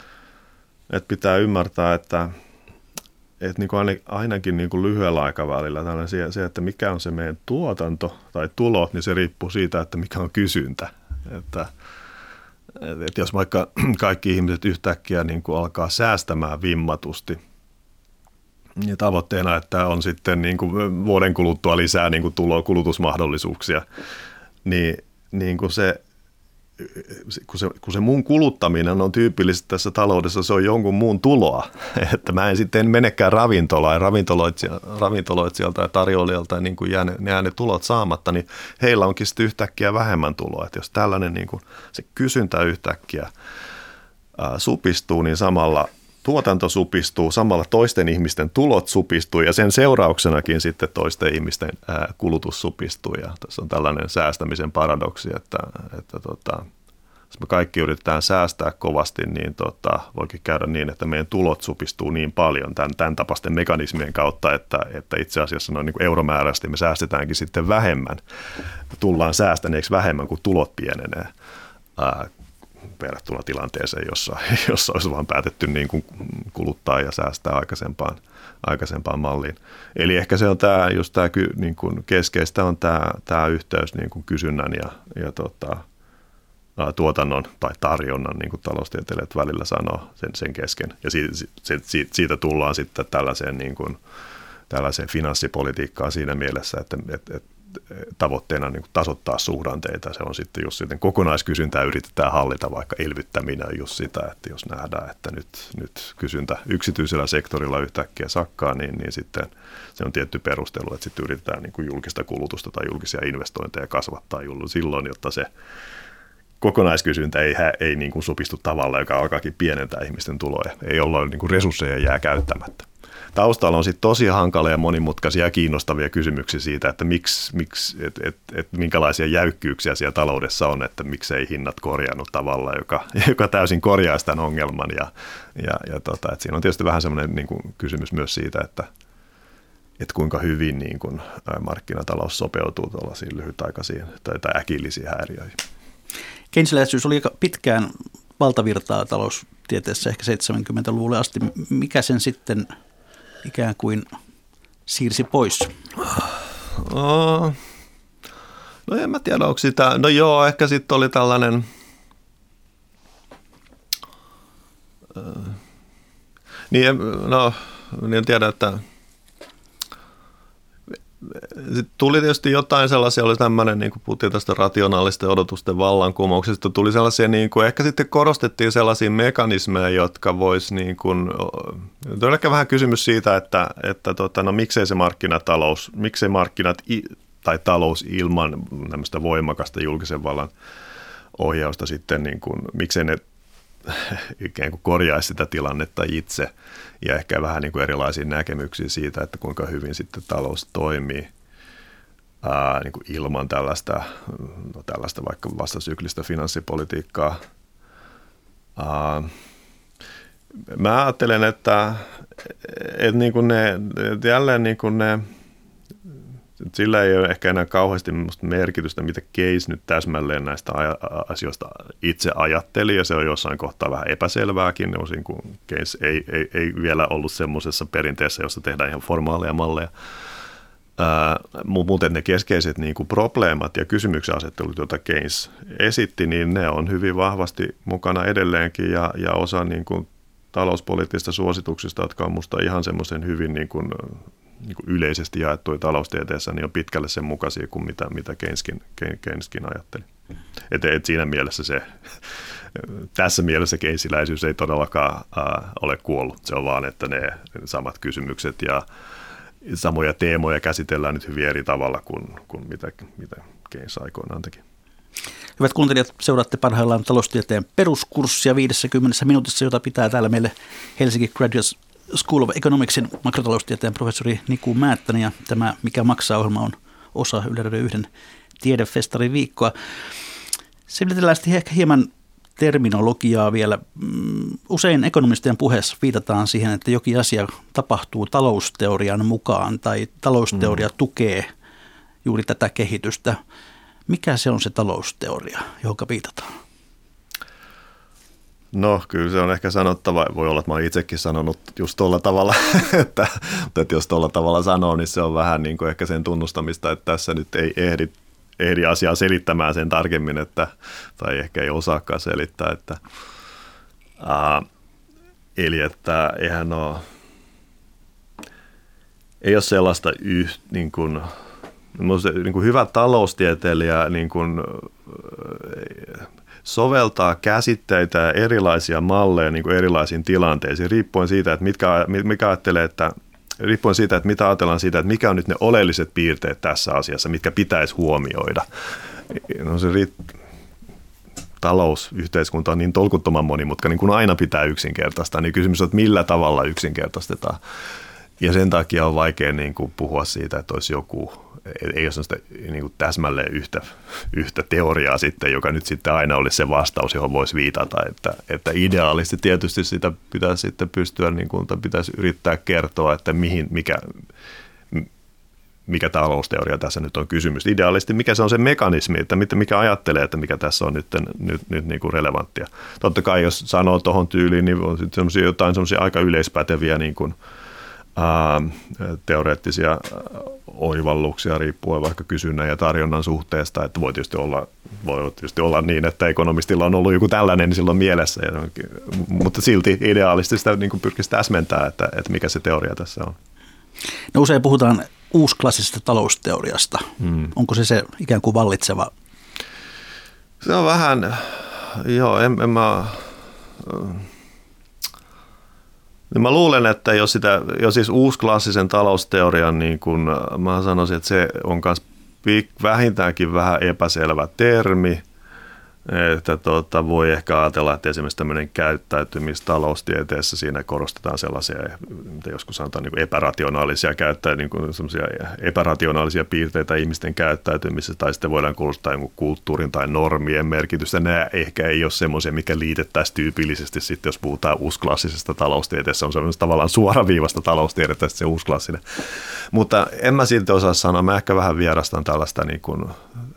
pitää ymmärtää, että niin kuin ainakin niin kuin lyhyellä aikavälillä se, että mikä on se meidän tuotanto tai tulot, niin se riippuu siitä, että mikä on kysyntä. Että jos vaikka kaikki ihmiset yhtäkkiä niin kuin alkaa säästämään vimmatusti, ja tavoitteena, että on sitten niin kuin vuoden kuluttua lisää niin kuin kulutusmahdollisuuksia, niin kuin kun se mun kuluttaminen on tyypillistä tässä taloudessa, se on jonkun muun tuloa, että mä en sitten menekään ravintolaan ja ravintoloitsijalta tai tarjoilijalta niin kuin jää ne tulot saamatta, niin heillä onkin sitten yhtäkkiä vähemmän tuloa. Että jos tällainen niin kuin se kysyntä yhtäkkiä supistuu, niin samalla tuotanto supistuu, samalla toisten ihmisten tulot supistuu ja sen seurauksenakin sitten toisten ihmisten kulutus supistuu. Ja tässä on tällainen säästämisen paradoksi, että jos me kaikki yritetään säästää kovasti, niin voikin käydä niin, että meidän tulot supistuu niin paljon tämän tapaisten mekanismien kautta, että itse asiassa noin niin kuin euromääräisesti me säästetäänkin sitten vähemmän. Tullaan säästäneeksi vähemmän, kuin tulot pienenee verrattuna tilanteeseen, jossa olisi vaan päätetty niin kuin kuluttaa ja säästää aikaisempaan malliin. Eli ehkä se on niin kuin keskeistä on tämä yhteys niin kuin kysynnän ja tuotannon tai tarjonnan, niin kuin taloustieteilijät välillä sanoo sen kesken. Ja siitä tullaan sitten tällaiseen finanssipolitiikkaan siinä mielessä, että tavoitteena niin kuin tasoittaa suhdanteita. Se on sitten, jos sitten kokonaiskysyntää yritetään hallita, vaikka elvyttäminen on just sitä, että jos nähdään, että nyt kysyntä yksityisellä sektorilla yhtäkkiä sakkaa, niin sitten se on tietty perustelu, että sitten yritetään niin kuin julkista kulutusta tai julkisia investointeja kasvattaa silloin, jotta se kokonaiskysyntä ei niin kuin supistu tavalla, joka alkaakin pienentää ihmisten tuloja. Ei olla niin kuin resursseja jää käyttämättä. Taustalla on sitten tosi hankalia ja monimutkaisia ja kiinnostavia kysymyksiä siitä, että minkälaisia jäykkyyksiä siellä taloudessa on, että miksei hinnat korjannut tavalla, joka täysin korjaisi tämän ongelman. Että siinä on tietysti vähän semmoinen niin kuin kysymys myös siitä, että kuinka hyvin niin kuin markkinatalous sopeutuu tuollaisiin lyhytaikaisiin tai äkillisiin häiriöihin. Keynesiläisyys oli pitkään valtavirtaa taloustieteessä ehkä 70-luvulle asti. Mikä sen sitten ikään kuin siirsi pois? No en mä tiedä, onko sitä. No joo, ehkä sitten oli tällainen en tiedä, että sitten tuli tietysti jotain sellaisia, oli tämmöinen, niin kuin puhuttiin tästä rationaalisten odotusten vallankumouksesta, tuli sellaisia, niin kuin, ehkä sitten korostettiin sellaisia mekanismeja, jotka voisi, niin kuin, on ehkä vähän kysymys siitä, että miksei se markkinatalous, miksei markkinat tai talous ilman tämmöistä voimakasta julkisen vallan ohjausta sitten, niin kuin, miksei ne ikään kuin korjaisi sitä tilannetta itse ja ehkä vähän niin kuin erilaisia näkemyksiä siitä, että kuinka hyvin sitten talous toimii niin kuin ilman tällaista vaikka vastasyklistä finanssipolitiikkaa. Mä ajattelen, että niin kuin jälleen niin kuin sillä ei ole ehkä enää kauheasti merkitystä, mitä Keynes nyt täsmälleen näistä asioista itse ajatteli, ja se on jossain kohtaa vähän epäselvääkin, osin kun Keynes ei vielä ollut semmoisessa perinteessä, jossa tehdään ihan formaaleja malleja. Mutta ne keskeiset niin kuin probleemat ja kysymyksen asettelut, joita Keynes esitti, niin ne on hyvin vahvasti mukana edelleenkin, ja osa niin kuin talouspoliittisista suosituksista, jotka on musta ihan semmoisen hyvin niin kuin yleisesti jaettuja taloustieteessä, niin on pitkälle sen mukaisia kuin mitä Keyneskin ajatteli. Et siinä mielessä tässä mielessä keynesiläisyys ei todellakaan ole kuollut. Se on vaan, että ne samat kysymykset ja samoja teemoja käsitellään nyt hyvin eri tavalla kuin mitä Keynes aikoinaan teki. Hyvät kuuntelijat, seuraatte parhaillaan taloustieteen peruskurssia 50 minuutissa, jota pitää täällä meille Helsinki Graduate School of Economicsin makrotaloustieteen professori Niku Määttänen, ja tämä Mikä maksaa -ohjelma on osa Yle Radio 1 tiedefestarin viikkoa. Selvitellään sitten ehkä hieman terminologiaa vielä. Usein ekonomistien puheessa viitataan siihen, että jokin asia tapahtuu talousteorian mukaan tai talousteoria tukee juuri tätä kehitystä. Mikä se on se talousteoria, johon viitataan? No kyllä se on ehkä sanottava, voi olla, että mä olen itsekin sanonut just tuolla tavalla, että jos tuolla tavalla sanoo, niin se on vähän niin kuin ehkä sen tunnustamista, että tässä nyt ei ehdi asiaa selittämään sen tarkemmin, tai ehkä ei osaakaan selittää, eli että ei ole sellaista niin kuin hyvä taloustieteilijä niin kuin soveltaa käsitteitä ja erilaisia malleja niin kuin erilaisiin tilanteisiin, riippuen siitä, että mitä ajatellaan siitä, että mikä on nyt ne oleelliset piirteet tässä asiassa, mitkä pitäisi huomioida. No se talousyhteiskunta on niin tolkuttoman monimutkainen, niin kuin aina pitää yksinkertaistaa, niin kysymys on, että millä tavalla yksinkertaistetaan. Ja sen takia on vaikea niin kuin puhua siitä, että olisi joku, ei ole sellaista niin kuin täsmälleen yhtä teoriaa sitten, joka nyt sitten aina olisi se vastaus, johon voisi viitata, että ideaalisesti tietysti sitä pitäisi sitten pystyä, niin kuin, pitäisi yrittää kertoa, että mikä talousteoria tässä nyt on kysymys. Ideaalisesti mikä se on se mekanismi, että mikä ajattelee, että mikä tässä on nyt niin kuin relevanttia. Totta kai jos sanoo tuohon tyyliin, niin on sitten jotain semmoisia aika yleispäteviä niin kuin teoreettisia oivalluksia riippuen vaikka kysynnän ja tarjonnan suhteesta, että voi tietysti olla niin, että ekonomistilla on ollut joku tällainen niin silloin mielessä, mutta silti ideaalisesti sitä niin kuin pyrkisi täsmentää, että mikä se teoria tässä on. No usein puhutaan uusklassisesta talousteoriasta. Onko se ikään kuin vallitseva? Se on vähän, joo, mä luulen, että jos siis uusklassisen talousteorian, niin kun mä sanoisin, että se on myös vähintäänkin vähän epäselvä termi, että voi ehkä ajatella, että esimerkiksi tämmöinen käyttäytymistaloustieteessä siinä korostetaan sellaisia, mitä joskus sanotaan niin epärationaalisia epärationaalisia piirteitä ihmisten käyttäytymisessä, tai sitten voidaan korostaa jonkun kulttuurin tai normien merkitystä. Nämä ehkä ei ole semmoisia, mikä liitettäisiin tyypillisesti sitten, jos puhutaan uusklassisesta taloustieteessä, on semmoista tavallaan suoraviivasta taloustiedettä se uusklassinen. Mutta en mä silti osaa sanoa, mä ehkä vähän vierastan tällaista niin kuin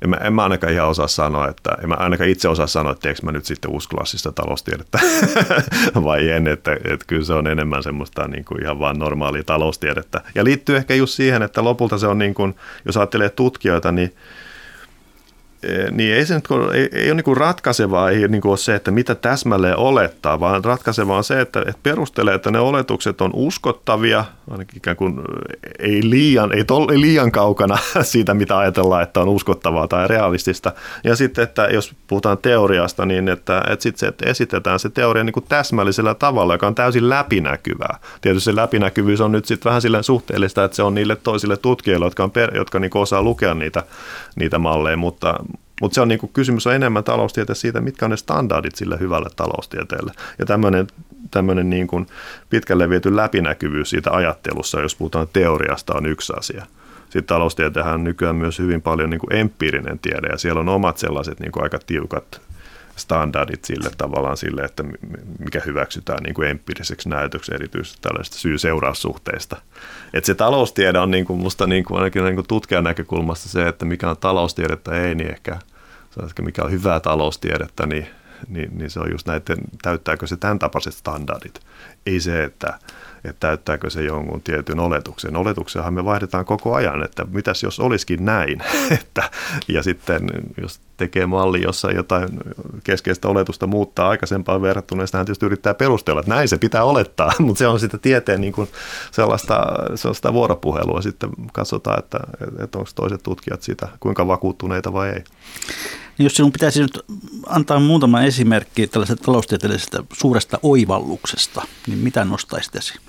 En mä ainakaan ihan osaa sanoa, en mä ainakaan itse osaa sanoa, että teekö mä nyt sitten uusklassista taloustiedettä vai en, että kyllä se on enemmän semmoista niin kuin ihan vaan normaalia taloustiedettä. Ja liittyy ehkä just siihen, että lopulta se on niin kuin, jos ajattelee tutkijoita, niin ei se nyt ei ole niin kuin ratkaisevaa, ei niin kuin ole se, että mitä täsmälleen olettaa, vaan ratkaisevaa on se, että perustelee, että ne oletukset on uskottavia, ainakin ikään kuin ei liian kaukana siitä, mitä ajatellaan, että on uskottavaa tai realistista. Ja sitten, että jos puhutaan teoriasta, niin että sitten esitetään se teoria niin kuin täsmällisellä tavalla, joka on täysin läpinäkyvää. Tietysti se läpinäkyvyys on nyt sitten vähän silleen suhteellista, että se on niille toisille tutkijoille, jotka niin kuin osaa lukea niitä malleja, mutta se on niin kuin, kysymys on enemmän taloustieteessä siitä, mitkä on ne standardit sille hyvälle taloustieteelle. Ja tämmöinen niin kuin pitkälle viety läpinäkyvyys siitä ajattelussa, jos puhutaan teoriasta, on yksi asia. Sitten taloustietehän on nykyään myös hyvin paljon niin kuin empiirinen tiede, ja siellä on omat sellaiset niin kuin aika tiukat standardit tavallaan sille, että mikä hyväksytään niin kuin empiiriseksi näytöksi erityisesti tällaisesta syy-seuraussuhteista. Että se taloustiede on niin kuin musta niin kuin ainakin niin kuin tutkijan näkökulmasta se, että mikä on taloustiedettä ei, niin ehkä mikä on hyvää taloustiedettä, niin se on just näiden, täyttääkö se tämän tapaiset standardit. Ei se, että täyttääkö se jonkun tietyn oletuksen. Oletuksenhan me vaihdetaan koko ajan, että mitäs jos olisikin näin. Ja sitten jos tekee malli, jossa jotain keskeistä oletusta muuttaa aikaisempaan verrattuna, niin sitähän tietysti yrittää perustella, että näin se pitää olettaa, mutta se on sitä tieteen niin kuin sellaista vuoropuhelua. Sitten katsotaan, että onko toiset tutkijat siitä kuinka vakuuttuneita vai ei. Jos sinun pitäisi nyt antaa muutama esimerkki tällaisesta taloustieteellisestä suuresta oivalluksesta, niin mitä nostaisit esiin?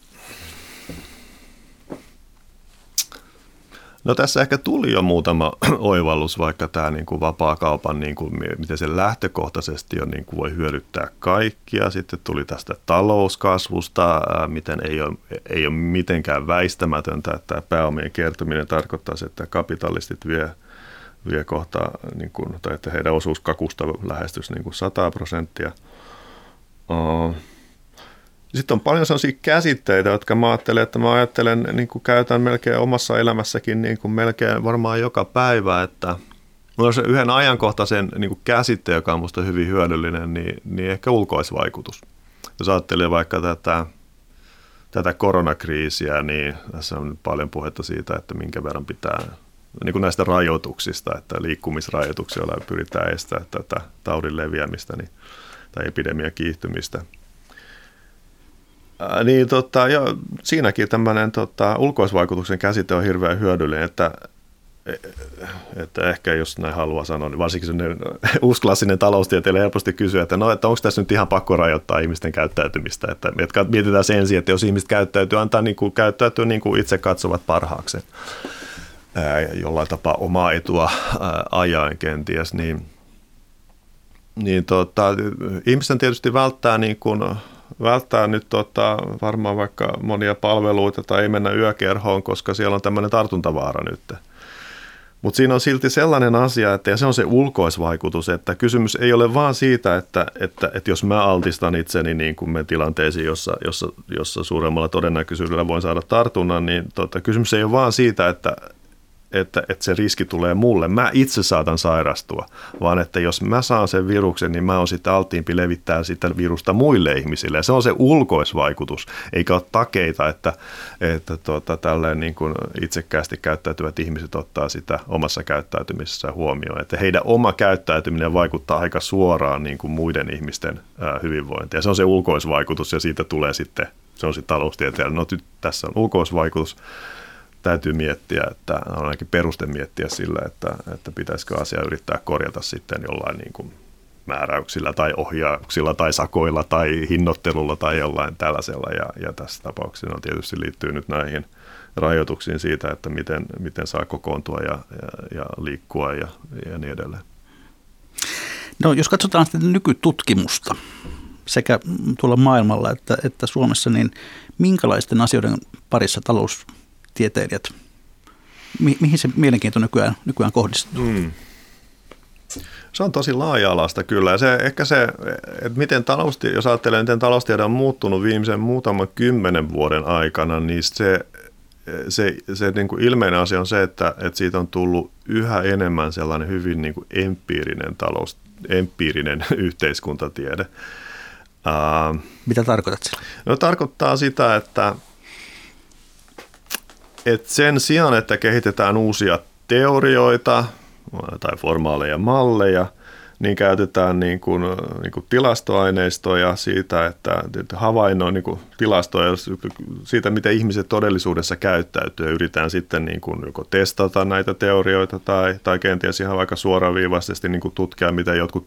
No tässä ehkä tuli jo muutama oivallus, vaikka tämä niin kuin vapaakaupan, niin kuin, miten se lähtökohtaisesti on, niin kuin voi hyödyttää kaikkia. Sitten tuli tästä talouskasvusta, miten ei ole mitenkään väistämätöntä, että pääomien kertyminen tarkoittaisi, että kapitalistit vie kohta, niin kuin, tai että heidän osuus kakusta lähestyisi niin kuin 100%. Sitten on paljon sellaisia käsitteitä, jotka mä ajattelen, niin kuin käytän melkein omassa elämässäkin niin kuin melkein varmaan joka päivä, että on se yhden ajankohtaisen niin kuin käsitteen, joka on minusta hyvin hyödyllinen, niin ehkä ulkoisvaikutus. Jos ajattelee vaikka tätä koronakriisiä, niin tässä on paljon puhetta siitä, että minkä verran pitää niin kuin näistä rajoituksista, että liikkumisrajoituksia, joilla pyritään estämään tätä taudin leviämistä tai epidemian kiihtymistä. Ja siinäkin tämmöinen ulkoisvaikutuksen käsite on hirveän hyödyllinen, että ehkä jos näin haluaa sanoa, niin varsinkin sellainen uusklassinen taloustieteilijä helposti kysyy, että onko tässä nyt ihan pakko rajoittaa ihmisten käyttäytymistä, että mietitään sen ensin, että jos ihmiset antaa käyttäytyä niin kuin itse katsovat parhaakseen jollain tapaa omaa etua ajaen kenties, niin ihmisten tietysti välttää nyt varmaan vaikka monia palveluita tai ei mennä yökerhoon, koska siellä on tämmöinen tartuntavaara nyt. Mutta siinä on silti sellainen asia, ja se on se ulkoisvaikutus, että kysymys ei ole vaan siitä, että jos mä altistan itseni niin kuin me tilanteisiin, jossa suuremmalla todennäköisyydellä voin saada tartunnan, niin kysymys ei ole vaan siitä, että se riski tulee mulle. Mä itse saatan sairastua, vaan että jos mä saan sen viruksen, niin mä oon sitten alttiimpi levittää sitä virusta muille ihmisille. Ja se on se ulkoisvaikutus, eikä ole takeita, että tälleen niin kuin itsekkäästi käyttäytyvät ihmiset ottaa sitä omassa käyttäytymisessä huomioon. Että heidän oma käyttäytyminen vaikuttaa aika suoraan niin kuin muiden ihmisten hyvinvointiin. Ja se on se ulkoisvaikutus, ja siitä tulee sitten, se on sitten taloustieteilijä. No nyt tässä on ulkoisvaikutus. Täytyy miettiä, että on ainakin peruste miettiä sillä, että pitäisikö asia yrittää korjata sitten jollain niin kuin määräyksillä tai ohjauksilla tai sakoilla tai hinnoittelulla tai jollain tällaisella. Ja tässä tapauksessa on tietysti liittyy nyt näihin rajoituksiin siitä, että miten saa kokoontua ja liikkua ja niin edelleen. No, jos katsotaan sitten nykytutkimusta sekä tuolla maailmalla että Suomessa, niin minkälaisten asioiden parissa taloustieteilijät, mihin se mielenkiinto nykyään kohdistuu? Se on tosi laaja-alaista kyllä. Ehkä se, että jos ajattelee, miten taloustiede on muuttunut viimeisen muutaman 10 vuoden aikana, niin se niin kuin ilmeinen asia on se, että siitä on tullut yhä enemmän sellainen hyvin niin kuin empiirinen yhteiskuntatiede. Mitä tarkoitat sillä? No tarkoittaa sitä, että sen sijaan, että kehitetään uusia teorioita tai formaaleja malleja, niin käytetään niin kuin tilastoaineistoja siitä, että havainnoin niin kuin tilastoja siitä, miten ihmiset todellisuudessa käyttäytyy. Yritetään sitten niin kuin joko testata näitä teorioita tai kenties ihan vaikka suoraviivaisesti niin kuin tutkia, miten jotkut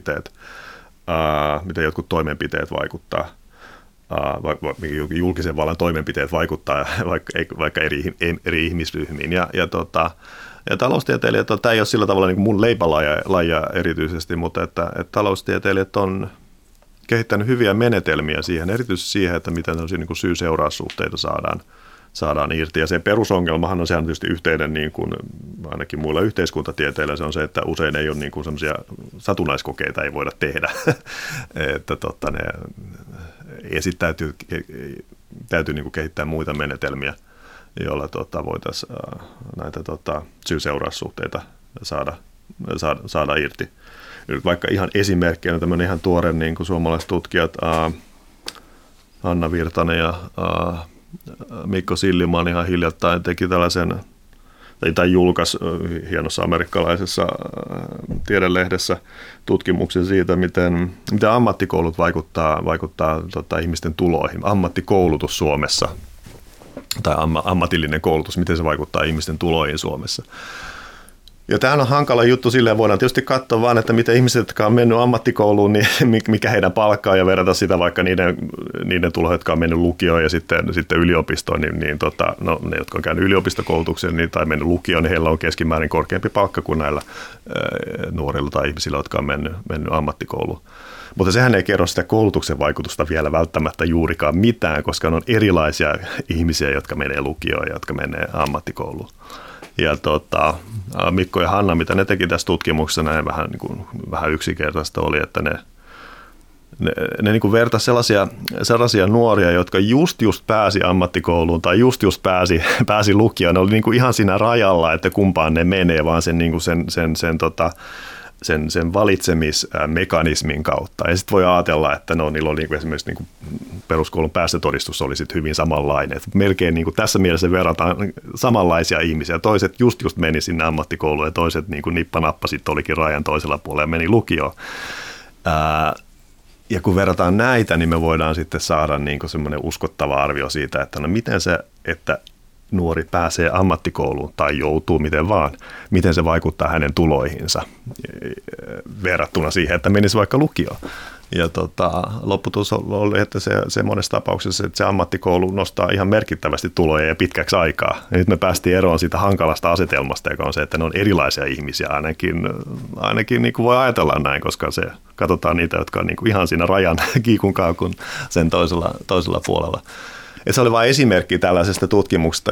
toimenpiteet vaikuttaa. Julkisen vallan toimenpiteet vaikuttaa vaikka eri ihmisryhmiin. Ja taloustieteilijät, tämä ei ole sillä tavalla niin kuin mun leipälajia erityisesti, mutta että taloustieteilijät on kehittänyt hyviä menetelmiä siihen, erityisesti siihen, että miten niin kuin syy-seuraussuhteita saadaan irti. Ja se perusongelmahan on sehän tietysti yhteinen, niin kuin ainakin muilla yhteiskuntatieteillä, se on se, että usein ei ole niin kuin sellaisia satunaiskokeita ei voida tehdä. Ja sitten täytyy niin kuin kehittää muita menetelmiä, joilla voitaisiin näitä syy-seuraussuhteita saada irti. Nyt vaikka ihan esimerkkinä tämmöinen ihan tuore niin kuin suomalaiset tutkijat Hanna Virtanen ja Mikko Silliman ihan hiljattain teki tällaisen, tai julkaisi hienossa amerikkalaisessa tiedelehdessä tutkimuksen siitä, miten ammattikoulut vaikuttaa ihmisten tuloihin. Ammattikoulutus Suomessa tai ammatillinen koulutus, miten se vaikuttaa ihmisten tuloihin Suomessa. Ja tämä on hankala juttu, silleen voidaan tietysti katsoa vaan, että miten ihmiset, jotka on mennyt ammattikouluun, niin mikä heidän palkkaa ja verrata sitä vaikka niiden tuloja, jotka on mennyt lukioon ja sitten yliopistoon, niin ne, jotka on käynyt yliopistokoulutuksen tai mennyt lukioon, niin heillä on keskimäärin korkeampi palkka kuin näillä nuorilla tai ihmisillä, jotka on mennyt ammattikouluun. Mutta sehän ei kerro sitä koulutuksen vaikutusta vielä välttämättä juurikaan mitään, koska on erilaisia ihmisiä, jotka menee lukioon ja jotka menee ammattikouluun. Ja Mikko ja Hanna, mitä ne teki tässä tutkimuksessa, näin vähän yksinkertaista oli, että ne niin kuin vertaisi sellaisia nuoria, jotka just pääsi ammattikouluun tai just pääsi lukioon. Ne oli niin kuin ihan siinä rajalla, että kumpaan ne menee, vaan sen, niin kuin sen valitsemismekanismin kautta. Ja sitten voi ajatella, että niillä oli esimerkiksi niin kuin peruskoulun päästötodistus oli sitten hyvin samanlainen. Et melkein niin kuin tässä mielessä verrataan samanlaisia ihmisiä. Toiset just meni sinne ammattikouluun ja toiset niin kuin nippanappa sitten olikin rajan toisella puolella ja meni lukioon. Ja kun verrataan näitä, niin me voidaan sitten saada niin kuin semmoinen uskottava arvio siitä, että no miten se, että nuori pääsee ammattikouluun tai joutuu miten se vaikuttaa hänen tuloihinsa verrattuna siihen, että menisi vaikka lukioon. Ja lopputulos oli, että se monessa tapauksessa, että se ammattikoulu nostaa ihan merkittävästi tuloja ja pitkäksi aikaa. Ja nyt me päästiin eroon siitä hankalasta asetelmasta, joka on se, että ne on erilaisia ihmisiä, ainakin niin kuin voi ajatella näin, koska se katsotaan niitä, jotka on niin kuin ihan siinä rajan kiikun kaakun sen toisella puolella. Ja se oli vain esimerkki tällaisesta tutkimuksesta,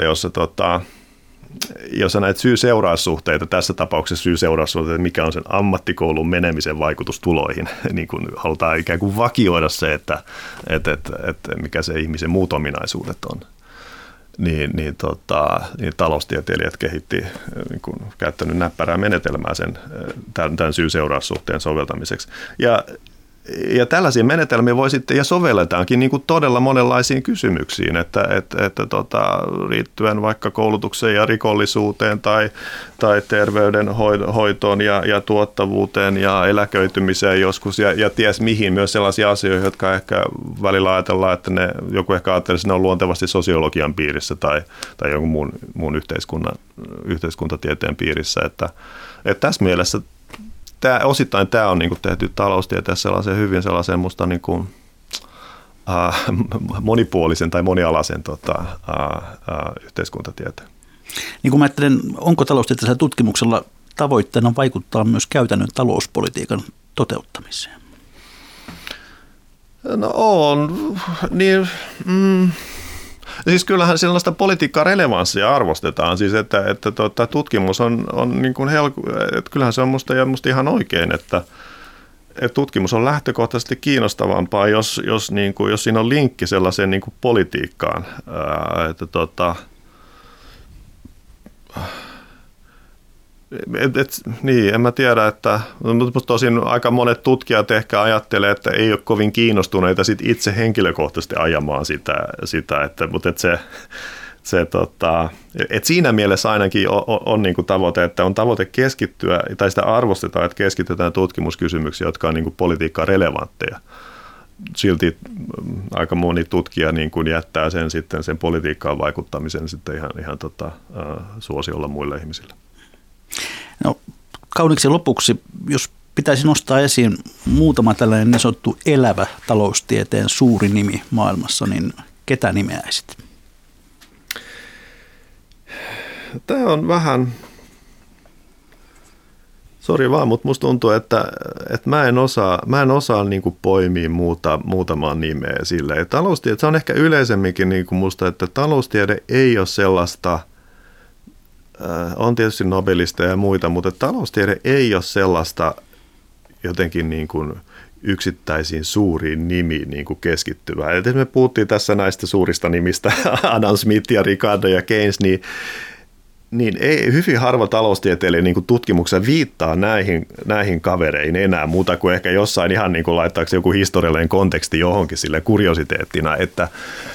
jossa näitä syy-seuraussuhteita, tässä tapauksessa syy-seuraussuhteita, mikä on sen ammattikoulun menemisen vaikutus tuloihin, niin kun halutaan ikään kuin vakioida se, että mikä se ihmisen muut ominaisuudet on. Niin taloustieteilijät kehitti niin kun käyttänyt näppärää menetelmää tämän syy-seuraussuhteen soveltamiseksi. Ja tällaisia menetelmiä voi sitten, ja sovelletaankin niin kuin todella monenlaisiin kysymyksiin, että liittyen vaikka koulutukseen ja rikollisuuteen tai terveydenhoitoon ja tuottavuuteen ja eläköitymiseen joskus ja ties mihin, myös sellaisia asioita, jotka ehkä välillä ajatellaan, että joku ehkä ajattelee, että ne on luontevasti sosiologian piirissä tai jonkun muun yhteiskuntatieteen piirissä, että tässä mielessä osittain tämä on niin kuin tehty taloustieteessä hyvin sellaisen musta niin kuin, monipuolisen tai monialaisen yhteiskuntatieteen. Niin kuin mä ajattelen, onko taloustieteellisellä tutkimuksella tavoitteena vaikuttaa myös käytännön talouspolitiikan toteuttamiseen? No on. Niin, siis kyllähän sellaista politiikan relevanssia arvostetaan, siis että tutkimus on niin kuin että kyllähän se on musta ihan oikein, että tutkimus on lähtökohtaisesti kiinnostavampaa, jos siinä on linkki sellaiseen niin kuin politiikkaan, että Niin, en mä tiedä, että tosin aika monet tutkijat ehkä ajattelee, että ei ole kovin kiinnostuneita sit itse henkilökohtaisesti ajamaan sitä mutta siinä mielessä ainakin on niin kuin tavoite, että on tavoite keskittyä, tai sitä arvostetaan, että keskitytään tutkimuskysymyksiin, jotka on niin kuin politiikkaan relevantteja. Silti aika moni tutkija niin kuin jättää sen politiikkaan vaikuttamisen sitten ihan suosiolla muille ihmisille. No, kauniksi lopuksi, jos pitäisi nostaa esiin muutama tällainen niin sanottu elävä taloustieteen suuri nimi maailmassa, niin ketä nimeäisit? Tämä on vähän, sori vaan, mutta musta tuntuu, että mä en osaa niin kuin poimia muutamaa nimeä sille. Taloustiede, se on ehkä yleisemminkin niin kuin musta, että taloustiede ei ole sellaista, on tietysti Nobelista ja muita, mutta taloustiede ei ole sellaista jotenkin niin kuin yksittäisiin suuriin nimiin niin kuin keskittyvää. Et me puhuttiin tässä näistä suurista nimistä, Adam Smith ja Ricardo ja Keynes, niin ei hyvin harva taloustieteilijä niin kuin tutkimuksessa viittaa näihin kavereihin enää muuta kuin ehkä jossain ihan niin kuin laittaako joku historiallinen konteksti johonkin sille kuriositeettina, että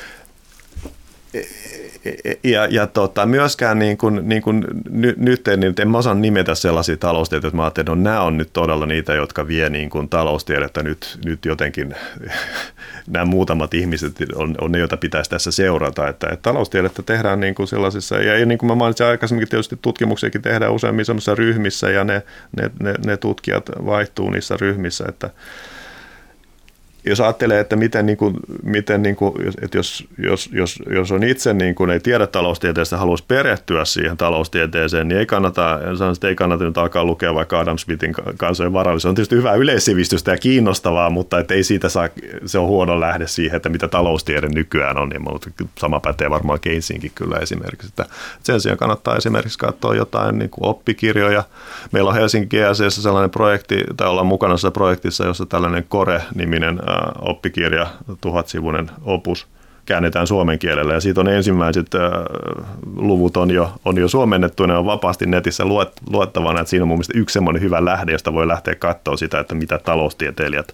myöskään nyt en mä osaa nimetä sellaisia taloustieteitä, että mä ajattelin, että nämä on nyt todella niitä, jotka vie niin kuin taloustiedettä nyt jotenkin, nämä muutamat ihmiset on ne, joita pitäisi tässä seurata, että taloustiedettä tehdään niin kuin sellaisissa, ja niin kuin mä mainitsin aikaisemminkin, tietysti tutkimuksiakin tehdään useammin sellaisissa ryhmissä, ja ne tutkijat vaihtuu niissä ryhmissä, että jos ajattelee, että että jos on itse niin kuin ei tiedä taloustieteestä, haluaisi perehtyä siihen taloustieteeseen, niin ei kannata nyt alkaa lukea vaikka Adam Smithin kansojen varallisuus. Se on tietysti hyvää yleissivistystä ja kiinnostavaa, mutta että ei siitä se on huono lähde siihen, että mitä taloustiede nykyään on. Niin sama pätee varmaan Keynesiinkin kyllä esimerkiksi. Että sen sijaan kannattaa esimerkiksi katsoa jotain niin kuin oppikirjoja. Meillä on Helsingin GSE:ssä sellainen projekti, tai ollaan mukana tässä projektissa, jossa tällainen Kore-niminen oppikirja, 1000-sivuinen opus, käännetään suomen kielellä, ja siitä on ensimmäiset luvut on jo suomennettuina, on vapaasti netissä luettavana, että siinä on mun mielestä yksi semmoinen hyvä lähde, josta voi lähteä katsoa sitä, että mitä taloustieteilijät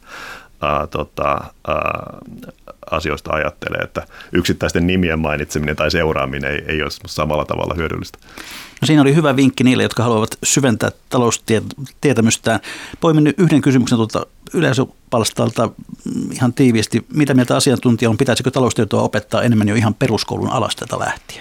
asioista ajattelee, että yksittäisten nimien mainitseminen tai seuraaminen ei ole samalla tavalla hyödyllistä. No siinä oli hyvä vinkki niille, jotka haluavat syventää taloustietämystään. Poimin nyt yhden kysymyksen yleisöpalstalta ihan tiiviisti. Mitä mieltä asiantuntija on? Pitäisikö taloustietoa opettaa enemmän jo ihan peruskoulun alastelta lähtien?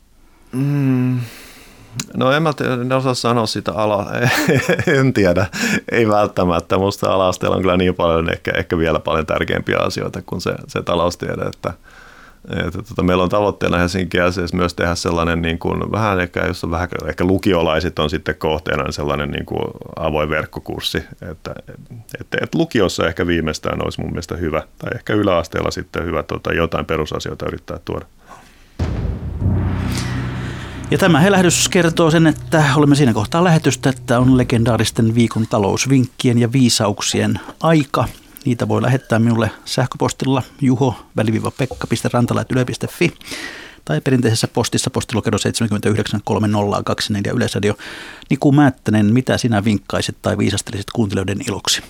No en mä osaa sanoa sitä en tiedä. Ei välttämättä. Musta ala-asteella on kyllä niin paljon, ehkä vielä paljon tärkeämpiä asioita kuin se taloustiede, että meillä on tavoitteena Helsingin GSE:ssä myös tehdä sellainen, niin kuin, vähän ehkä lukiolaiset on sitten kohteena niin sellainen niin kuin avoin verkkokurssi, että lukiossa ehkä viimeistään olisi mun mielestä hyvä, tai ehkä yläasteella sitten hyvä jotain perusasioita yrittää tuoda. Ja tämä helähdys kertoo sen, että olemme siinä kohtaa lähetystä, että on legendaaristen viikon talousvinkkien ja viisauksien aika. Niitä voi lähettää minulle sähköpostilla juho-pekka.rantala@yle.fi tai perinteisessä postissa postilokero 793024 Yleisradio. Niku Määttänen, mitä sinä vinkkaisit tai viisastelisit kuuntelijoiden iloksi?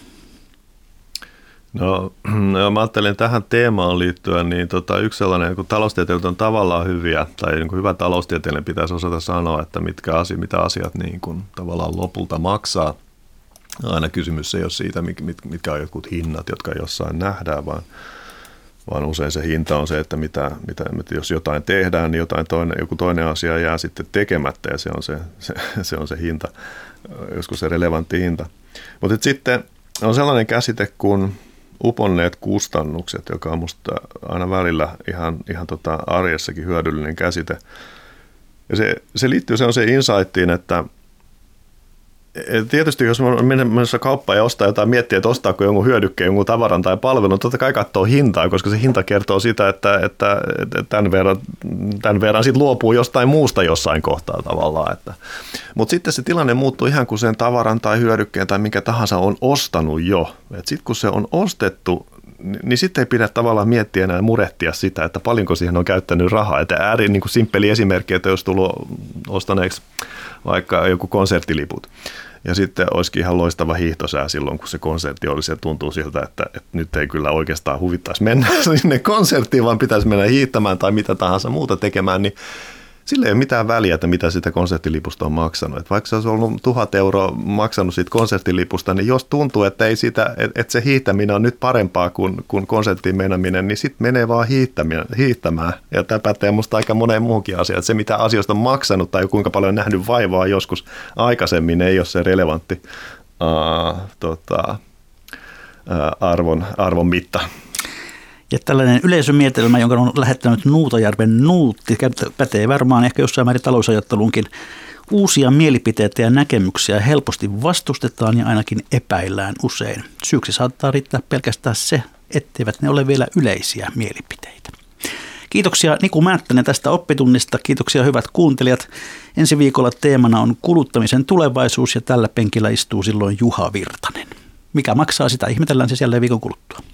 No mä ajattelin tähän teemaan liittyen, niin yksi sellainen, kun taloustieteilijät on tavallaan hyviä, tai niin kuin hyvä taloustieteellinen pitäisi osata sanoa, että mitä asiat niin kuin tavallaan lopulta maksaa. Aina kysymys ei ole siitä, mitkä on jotkut hinnat, jotka jossain nähdään, vaan usein se hinta on se, että jos jotain tehdään, niin joku toinen asia jää sitten tekemättä, ja se on se hinta, joskus se relevantti hinta. Mutta sitten on sellainen käsite kuin uponneet kustannukset, joka on musta aina välillä ihan arjessakin hyödyllinen käsite. Ja se liittyy sellaiseen insightiin, että tietysti jos on menossa kauppaan ja ostaa jotain, miettiä, että ostaako jonkun hyödykkeen, jonkun tavaran tai palvelun, totta kai katsoo hintaa, koska se hinta kertoo sitä, että tämän verran sit luopuu jostain muusta jossain kohtaa tavallaan. Mutta sitten se tilanne muuttuu ihan kuin sen tavaran tai hyödykkeen tai minkä tahansa on ostanut jo. Sitten kun se on ostettu, niin sitten ei pidä tavallaan miettiä enää murehtia sitä, että paljonko siihen on käyttänyt rahaa. Että niin kuin simppeli esimerkki, että jos tullut ostaneeksi vaikka joku konserttiliput, ja sitten olisikin ihan loistava hiihtosää silloin, kun se konsertti oli. Se tuntuu siltä, että nyt ei kyllä oikeastaan huvittaisi mennä sinne konserttiin, vaan pitäisi mennä hiihtämään tai mitä tahansa muuta tekemään, niin sillä ei ole mitään väliä, että mitä sitä konserttilipusta on maksanut. Että vaikka se olisi ollut 1 000 € maksanut siitä konserttilipusta, niin jos tuntuu, että että se hiihtäminen on nyt parempaa kuin konserttiin meneminen, niin sitten menee vaan hiihtämään. Ja tämä pätee musta aika moneen muuhunkin asiaan. Että se, mitä asioista on maksanut tai kuinka paljon on nähnyt vaivaa joskus aikaisemmin, ei ole se relevantti arvon mitta. Ja tällainen yleisömietelmä, jonka on lähettänyt Nuutajärven Nuutti, pätee varmaan ehkä jossain määrin talousajatteluunkin. Uusia mielipiteitä ja näkemyksiä helposti vastustetaan ja ainakin epäillään usein. Syyksi saattaa riittää pelkästään se, etteivät ne ole vielä yleisiä mielipiteitä. Kiitoksia Niku Määttänen tästä oppitunnista. Kiitoksia hyvät kuuntelijat. Ensi viikolla teemana on kuluttamisen tulevaisuus ja tällä penkillä istuu silloin Juha Virtanen. Mikä maksaa, sitä ihmetellään se jälleen viikon kuluttua.